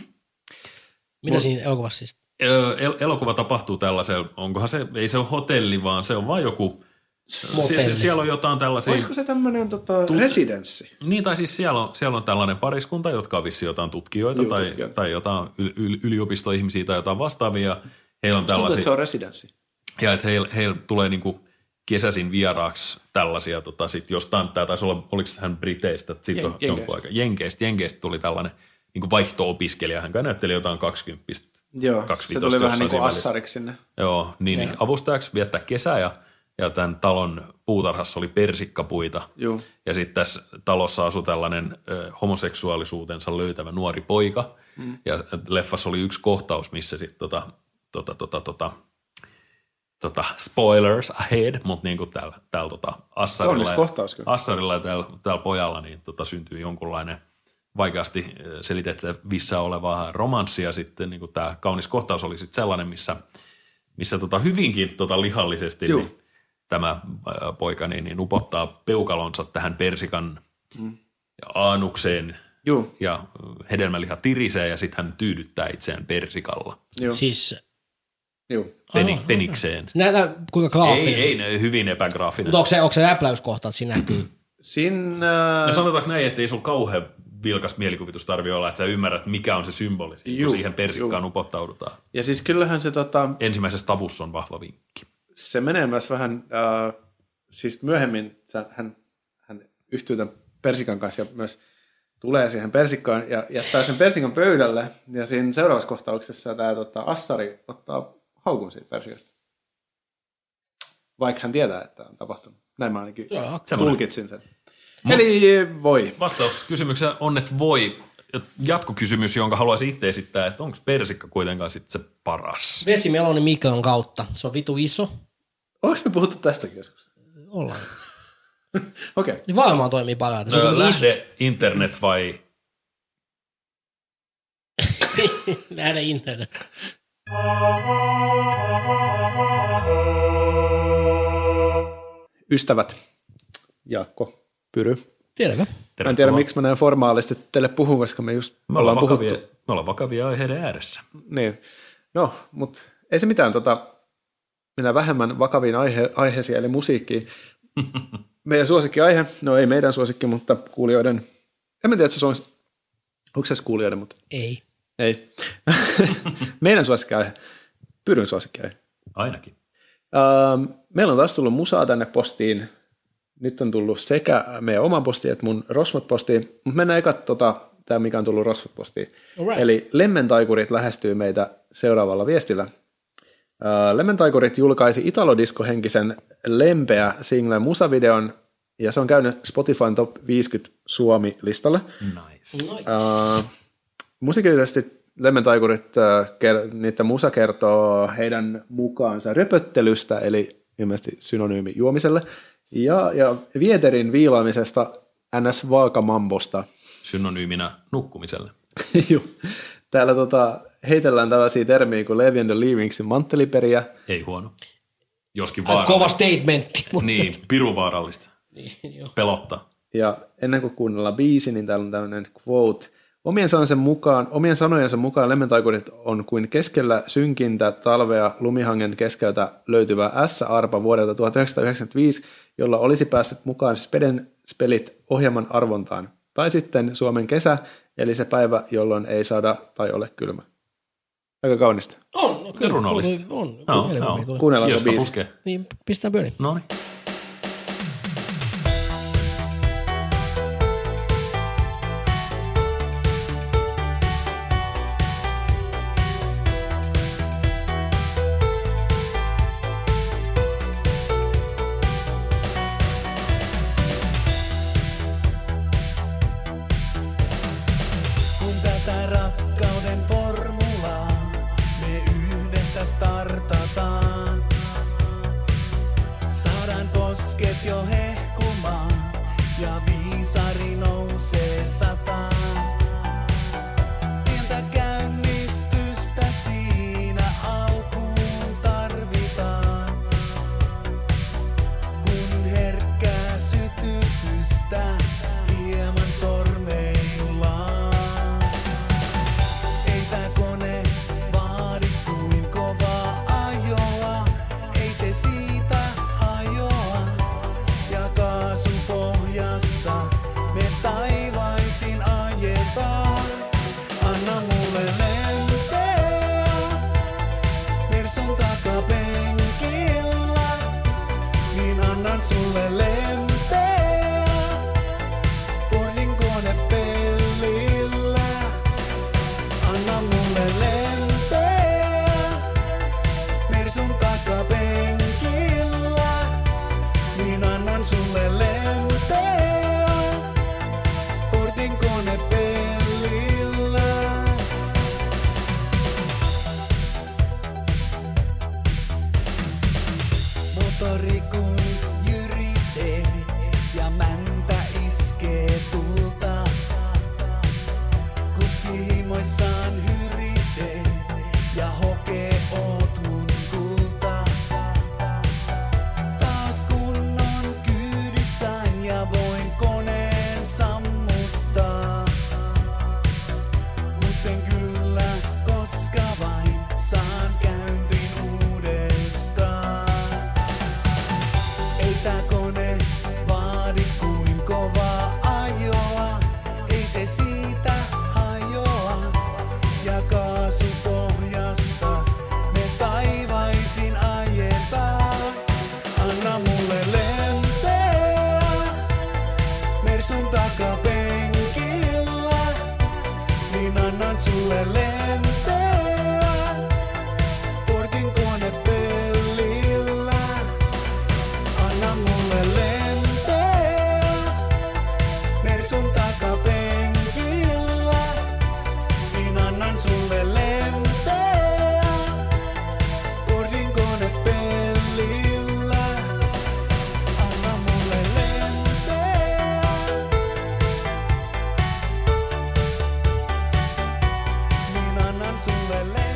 Mitä siinä elokuvassa siis? El- elokuva tapahtuu tällaisella, onkohan se, ei se ole hotelli, vaan se on vaan joku, sie- siellä on jotain tällaisia. Olisiko se tämmöinen tota, Tut- residenssi? Niin, tai siis siellä on, siellä on tällainen pariskunta, jotka on vissiin jotain tutkijoita Joo, tai, tutkijoita. tai jotain yl- yl- yliopistoihmisiä tai jotain vastaavia. Heillä on Tuntuu, tällaisia, että se on residenssi. ja että heillä, heillä tulee niinku kesäisin vieraaksi tällaisia, tota, sit jostain, tämä taisi olla, oliko hän Briteistä, että sit Jen- on jonkun Jenkeistä. aika, Jenkeistä, Jenkeistä tuli tällainen niinku vaihto-opiskelija, hän kai näytteli jotain kaksikymppistä. Joo, se kaksivitosta tuli vähän niin jossain kuin siinä assariksi sinne. Joo, niin Joo. avustajaksi viettää kesää ja, ja tämän talon puutarhassa oli persikkapuita. Joo. Ja sitten tässä talossa asui tällainen ö, homoseksuaalisuutensa löytävä nuori poika. Mm. Ja leffassa oli yksi kohtaus, missä sitten tota, tota, tota, tota, tota, spoilers ahead, mutta niin kuin täällä, täällä tota Assarilla, Kaunis kohtaus kyllä. Assarilla ja täällä, täällä pojalla niin tota, syntyy jonkunlainen vaikeasti selitettävissä oleva romanssi, ja sitten niin tämä kaunis kohtaus oli sitten sellainen, missä, missä tota hyvinkin tota lihallisesti niin tämä ää, poika niin, niin upottaa peukalonsa tähän persikan mm. ja aanukseen, Joo. ja hedelmäliha tirisee, ja sitten hän tyydyttää itseään persikalla. Joo. Siis, Joo. Peni, Aivan. penikseen. näitä kuinka graafinen. Ei, ei, ne hyvin epägraafinen. Mutta onko se, onko se läpläyskohta, että siinä näkyy? Siinä... Ja sanotaanko näin, että ei sulla kauhean vilkas mielikuvitus tarvitse olla, että sä ymmärrät, mikä on se symboli, Juu, kun siihen persikkaan upottaudutaan. Ja siis kyllähän se, tota, Ensimmäisessä tavussa on vahva vinkki. se menee myös vähän, äh, siis myöhemmin sä, hän, hän yhtyy tämän persikan kanssa ja myös tulee siihen persikkaan ja jättää sen persikan pöydälle. Ja siinä seuraavassa kohtauksessa tämä tota, Assari ottaa haukun siitä persikasta. Vaikka hän tietää, että on tapahtunut. Näin mä ainakin Joo, tulkitsin sen. Eli voi. Vastaus kysymykseen on, että voi. Jatkokysymys, jonka haluaisin itse esittää, että onko persikka kuitenkaan sitten se paras? Vesimeloni Mikon kautta. Se on vitu iso. Onko me puhuttu tästäkin joskus? Ollaan. Okei. Okay. Niin varmaan toimii parhaiten. Se on Öö, iso. lähde internet vai? Lähde internet. Ystävät. Jaakko. Pyry. Tiedätkö? Mä en tiedä, miksi mä näin formaalisti teille puhun, koska me just me ollaan ollaan, puhuttu. vakavia, me ollaan vakavia aiheiden ääressä. Niin. No, mutta ei se mitään. Tota, minä vähemmän vakaviin aihe, aiheisiin, eli musiikkiin. Meidän suosikkiaihe, no ei meidän suosikki, mutta kuulijoiden, en mä tiedä, että se on, onko se kuulijoiden, mutta Ei. ei. Meidän suosikkiaihe, Pyryn suosikkiaihe. Ainakin. Ähm, meillä on taas tullut musaa tänne postiin. Nyt on tullut sekä meidän oman postiin että mun Rosvot-postiin. Mutta mennään eka tota, tämä, mikä on tullut Rosvot-postiin. Alright. Eli Lemmentaikurit lähestyy meitä seuraavalla viestillä. Äh, Lemmentaikurit julkaisi italodiskohenkisen lempeä single musavideon, ja se on käynyt Spotifyn Top viisikymmentä Suomi-listalle. Nice. Nice. Äh, musiikillisesti Lemmentaikurit, äh, ker- niiden musa kertoo heidän mukaansa röpöttelystä, eli ilmeisesti synonyymi juomiselle, ja, ja vieterin viilaamisesta ns. Vaakamambosta. Synonyyminä nukkumiselle. Joo. Täällä tota, heitellään tällaisia termiä kuin Levi and the Leavingsin mantteliperiä. Ei huono. Joskin Kova vaarallista. statementti. Mutta... Niin, pirun vaarallista. Niin, joo. Pelottaa. Ja ennen kuin kuunnellaan biisi, niin täällä on tämmöinen quote. Omien sanojensa mukaan, omien sanojensa mukaan Lemmentaikurit on kuin keskellä synkintä talvea lumihangen keskeltä löytyvä S-arpa vuodelta tuhatyhdeksänsataayhdeksänkymmentäviisi, jolla olisi päässyt mukaan Speden spelit ohjelman arvontaan. Tai sitten Suomen kesä, eli se päivä, jolloin ei saada tai ole kylmä. Aika kaunista. On, no, kyllä. Runollista. On, Joo, on, joo. on. Kuunnellaan se Josta biisi. puskee. Niin, pistää pöliin. No niin. Kun tätä rakkauden formulaa me yhdessä startataan, kosket jo hehkumaan ja viisari nousee sataan. Pientä käynnistystä siinä alkuun tarvitaan, kun herkkää sytytystä hieman sormeillaan. Ei tää kone vaadi kuin kovaa ajoa, ei se siitä hajoa. Ja kaasupohjassa me taivaisin ajetaan. Anna mulle lenteä Mersun takapenkillä, niin annan sulle lempeä Fordin konepellillä. Anna mulle lempeä Mersun takapenkillä, niin annan sulle lempeä Fordin konepellillä. Motori kun jyrisee ja mäntä iskee tulta, kuski himoissaan hyrisee ja hokee oot mun kulta. Taas kunnon kyydit sain ja voin koneen sammuttaa, mut sen kyllä koska vain saan käyntiin uudestaan. Ei tää kone vaadi kuin kovaa ajoa, ei se siitä hajoa. Ja kaasupohjassa me taivaisin ajetaan. Anna mulle lempeä Mersun takapenkillä, niin annan sulle lempeä Fordin konepellillä. Anna mulle lempeä Mersun takapenkillä, niin annan sulle lempeä Fordin konepellillä. Anna mulle lempeä, niin annan sulle lempeä.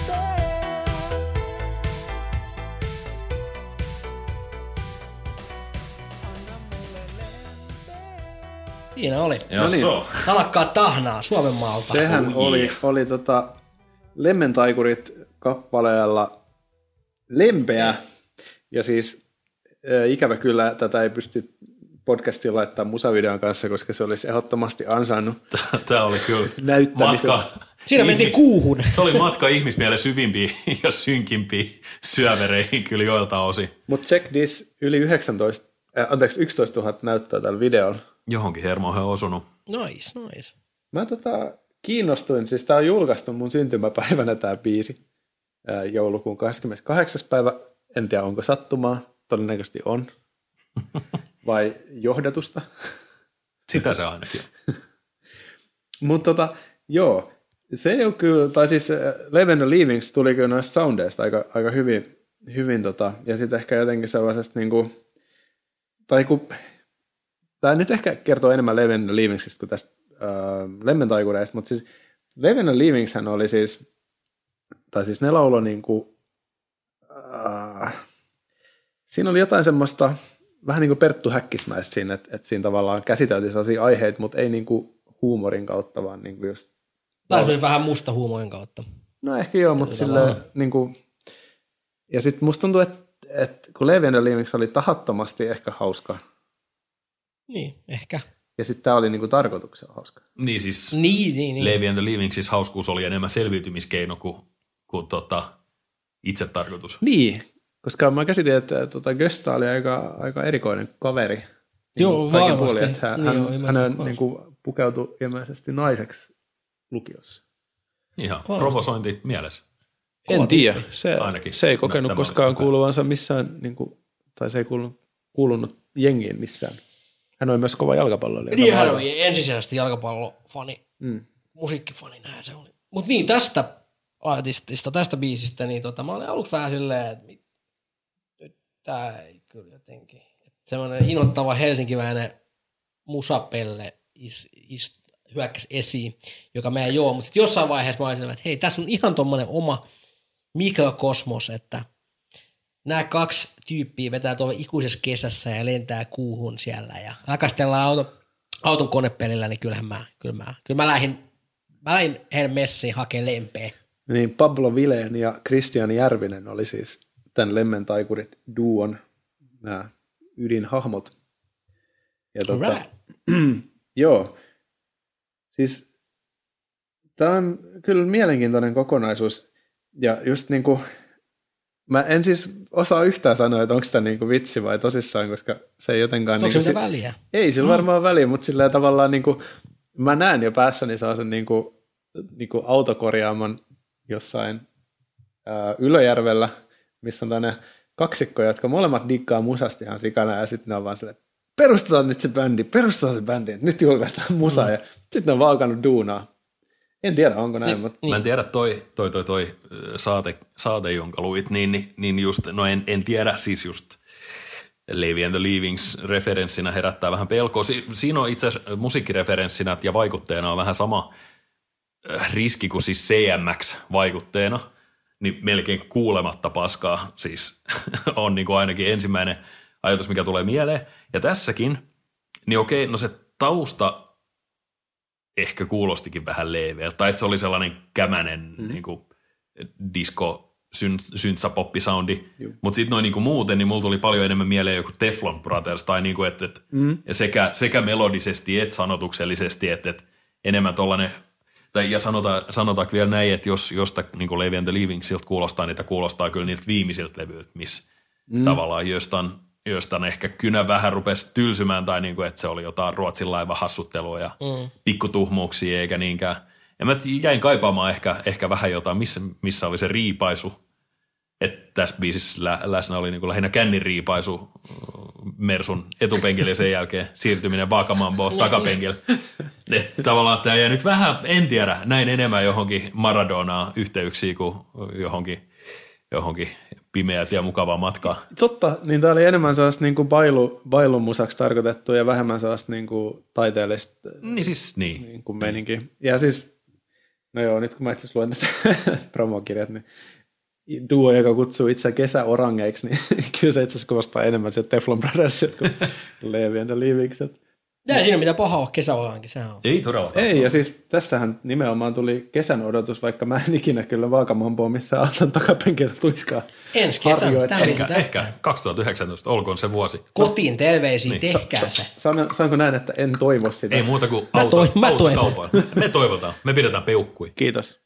Anna mulle lempeä. Siinä oli. Ja niin. so. Talakkaa tahnaa Suomen maalta. Sehän Oh, oli, yeah. oli tota Lemmentaikurit kappaleella Lempeä. Ja siis ä, ikävä kyllä tätä ei pysty podcastiin laittaa musavideon kanssa, koska se olisi ehdottomasti ansainnut Tämä oli kyllä näyttämisen. matka. Siinä mentiin kuuhun. Se oli matka ihmismielen syvimpiin ja synkimpiin syövereihin kyllä joilta osin. Mutta check this, yli yhdeksäntoista, äh, anteeksi, yksitoistatuhatta näyttää tällä videolla. Johonkin hermoihin on osunut. Nice, nice. Mä tota, kiinnostuin, siis tää on julkaistu mun syntymäpäivänä tää biisi, ää, joulukuun kahdeskymmeneskahdeksas päivä. En tiedä, onko sattumaa, todennäköisesti on. Vai johdatusta. Sitä se ainakin on. Mutta tota, joo, se ei ole kyllä, tai siis äh, Live and the Leavings tuli kyllä noista soundeista aika, aika hyvin, hyvin tota, ja sitten ehkä jotenkin sellaisesta niinku, tai kun, tämä nyt ehkä kertoo enemmän Live and the Leavingsista kuin tästä äh, Lemmentaikureista, mutta siis Live and the Leavingshän oli siis, tai siis ne lauloi niinku, äh, siinä oli jotain semmoista, vähän niin kuin Perttu Häkkismäistä siinä, että, että siinä tavallaan käsiteltiin sellaisia aiheita, mutta ei niinku huumorin kautta, vaan niinku just... Taas myös vähän musta huumorin kautta. No ehkä joo, mutta silleen niinku... Ja sitten musta tuntuu, että, että kun Levi and the Leavings oli tahattomasti ehkä hauska, Niin, ehkä. ja sitten tämä oli niinku tarkoituksella hauska. Niin siis Niin, niin, niin. Levi and the Leavingsis hauskuus oli enemmän selviytymiskeino kuin, kuin tota, itse tarkoitus. Niin, koska mä käsitin, että tuota, Gösta oli aika, aika erikoinen kaveri. Joo, niin kaikin varmasti. puolin, että hän, Niin, joo, hän, ilmeisesti hän niinku pukeutui ilmeisesti naiseksi lukiossa. Ihan Varmasti. provosointi mielessä. En tiedä. Se, Ainakin. se ei kokenut Tämä on koskaan hyvä. kuuluvansa missään, niin kuin, tai se ei kuulunut, kuulunut jengiin missään. Hän oli myös kova jalkapalloilija. Niin, hän Aivan. oli ensisijaisesti jalkapallofani, Mm. musiikkifani, näin se oli. Mutta niin, tästä artistista, tästä biisistä, niin tota, mä olin aluksi vähän silleen, että mit- nyt tää ei kyllä jotenkin, että semmoinen inottava helsinkiläinen musapelle is, is, hyökkäsi esiin, joka mä en joo, mutta sitten jossain vaiheessa mä olisin, että hei, tässä on ihan tommonen oma mikrokosmos, että nämä kaksi tyyppiä vetää tuolla ikuisessa kesässä ja lentää kuuhun siellä ja rakastellaan auto, auton konepelillä, niin kyllähän mä, kyllä mä, kyllä mä lähdin, mä lähdin heidän messiin hakemaan lempeä. Niin Pablo Vileen ja Kristian Järvinen oli siis tämän Lemmen-taikurit duon nämä ydinhahmot. Ja tota, Right. joo, siis tämä on kyllä mielenkiintoinen kokonaisuus ja just niin kuin mä en siis osaa yhtään sanoa, että onko tämä niinku vitsi vai tosissaan, koska se ei jotenkaan... Onko niinku, se väliä? Ei sillä mm. varmaan väliä, mutta silleen tavallaan niinku, mä näen jo päässäni sellaisen niinku, niinku autokorjaamon jossain ää, Ylöjärvellä, missä on tämmöinen kaksikko, jotka molemmat diggaa musasta ihan sikana, ja sitten ne on vaan silleen, perustetaan nyt se bändi, perustetaan se bändi, nyt julkaistaan musaa, mm. ja sitten ne on vaan alkanut duunaa. En tiedä, onko näin, niin, mutta... niin. Mä en tiedä, toi, toi, toi, toi saate, saate jonka luit, niin, niin, niin just, no en, en tiedä, siis just Levi and the Leavings referenssinä herättää vähän pelkoa. Si, siinä on itse asiassa musiikkireferenssinä ja vaikutteena on vähän sama riski kuin siis C M X-vaikutteena, niin melkein kuulematta paskaa siis on niin kuin ainakin ensimmäinen ajatus, mikä tulee mieleen. Ja tässäkin, niin okei, no se tausta ehkä kuulostikin vähän leeveältä, tai että se oli sellainen kämänen mm. niin kuin disco, syntsapoppisoundi, mutta sitten noin niin muuten, niin mulla tuli paljon enemmän mieleen joku Teflon Brothers, tai niin kuin, että, että mm. sekä, sekä melodisesti että sanotuksellisesti, että, että enemmän tollainen, tai ja sanotaan, sanotaan vielä näin, että jos josta niin kuin Levi and the Leavingsilta kuulostaa, niitä kuulostaa kyllä niiltä viimeisiltä levyiltä, missä mm. tavallaan jostain, jostain ehkä kynä vähän rupesi tylsymään, tai niin kuin, että se oli jotain Ruotsin laivan hassuttelua ja mm. pikkutuhmuuksia, eikä niinkään. Ja mä jäin kaipaamaan ehkä, ehkä vähän jotain, missä, missä oli se riipaisu. Että tässä biisissä lä- läsnä oli niin kuin lähinnä kännin riipaisu Mersun etupenkille ja sen jälkeen siirtyminen Vakamambo takapenkille. Että tavallaan tämä jää nyt vähän, en tiedä, näin enemmän johonkin Maradonaa yhteyksiä kuin johonkin, johonkin pimeät ja mukavaa matkaa. Totta, niin tämä oli enemmän sellaista niin kuin bailu, bailumusaksi tarkoitettu ja vähemmän sellaista niin kuin taiteellista niin siis, niin. Niin kuin meininki. Ja siis, no joo, nyt kun mä itse luen tätä promokirjat, niin duo, joka kutsuu itse kesäorangeiksi, niin kyllä se itse asiassa kuvastaa enemmän sieltä Teflon Brothersit kuin Levi and the Leavingsit. Ei siinä mitään pahaa ole kesäorankin, sehän on. Ei todellakaan. Ei, ja siis tästähän nimenomaan tuli kesän odotus, vaikka mä en ikinä kyllä Vaakamamboa missään auton takapenkiltä tuiskaan. Ensi kesän, ehkä, ehkä kaksituhattayhdeksäntoista, olkoon se vuosi. Kotiin terveisiin, niin. tehkää sa- se. Sa- saanko näin, että en toivo sitä? Ei muuta kuin Mä auto, toivon, mä autokaupoilla. Me toivotaan, me pidetään peukkui. Kiitos.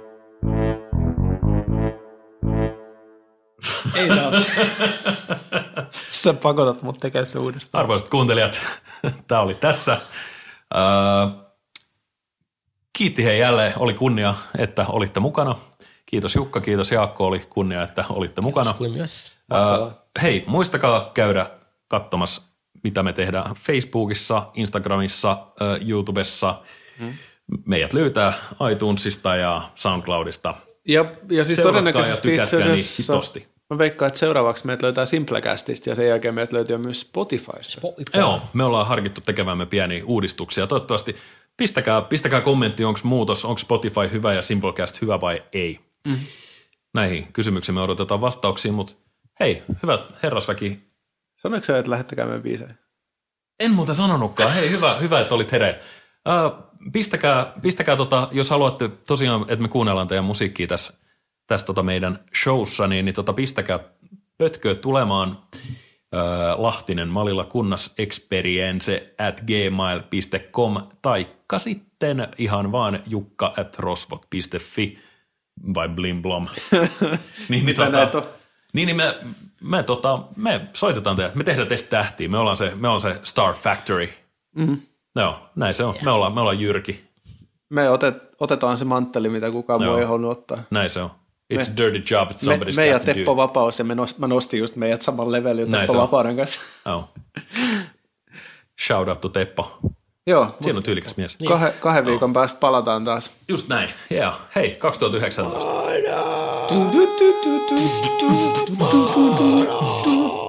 Ei taas. Sä pakotat mut tekemään se uudestaan. Arvoisat kuuntelijat, tämä oli tässä. Äh, kiitti hei jälleen, oli kunnia, että olitte mukana. Kiitos Jukka, kiitos Jaakko, oli kunnia, että olitte mukana. Myös. Äh, hei, muistakaa käydä katsomassa, mitä me tehdään Facebookissa, Instagramissa, äh, YouTubessa. Hmm. Meidät löytää iTunesista ja SoundCloudista. Ja, ja siis Seuratkaa todennäköisesti ja itse asiassa, niin mä veikkaan, että seuraavaksi meidät löytää Simplecastista ja sen jälkeen meidät löytyy myös Spotifysta. Spotify. Joo, me ollaan harkittu tekemämme pieniä uudistuksia. Toivottavasti pistäkää, pistäkää kommentti, onko muutos, onko Spotify hyvä ja Simplecast hyvä vai ei. Mm. Näihin kysymyksiin me odotetaan vastauksia, mutta hei, hyvät herrasväki. Sanoitko sä, että lähettäkää meidän biisejä? En muuten sanonutkaan. Hei, hyvä, hyvä että olit hereillä. Uh, pistäkää, pistäkää tota, jos haluatte tosiaan, että me kuunnellaan teidän musiikkia tässä, tässä tota meidän showssa, niin, niin tota, pistäkää pötköä tulemaan uh, Lahtinen Malilla kunnas experience at gmail dot com taikka sitten ihan vaan jukka at rosvot piste fi vai blimblom. niin, Mitä tota, näitä on? Niin, niin me, me, tota, me soitetaan teille, me tehdään teistä tähtiä, me ollaan se, me ollaan se Star Factory. Mm-hmm. Joo, näin se on. Me ollaan, me ollaan Jyrki. Me otet, otetaan se mantteli, mitä kukaan Joo. voi ei halunnut ottaa. Näin se on. It's Me- a dirty job, it's Me, somebody's me ja got to Teppo do. Vapaus, ja me nost, mä nostin just meidät saman levelin Näin Teppo se on. Vapauden kanssa. Oh. Shout out to Teppo. Joo, Siinä on tyylikäs mies. kahden, kahden viikon päästä palataan taas. Just näin. Yeah. Hei, kaksituhattayhdeksäntoista. Du, du, du, du, du, du, du, du, du, du, du.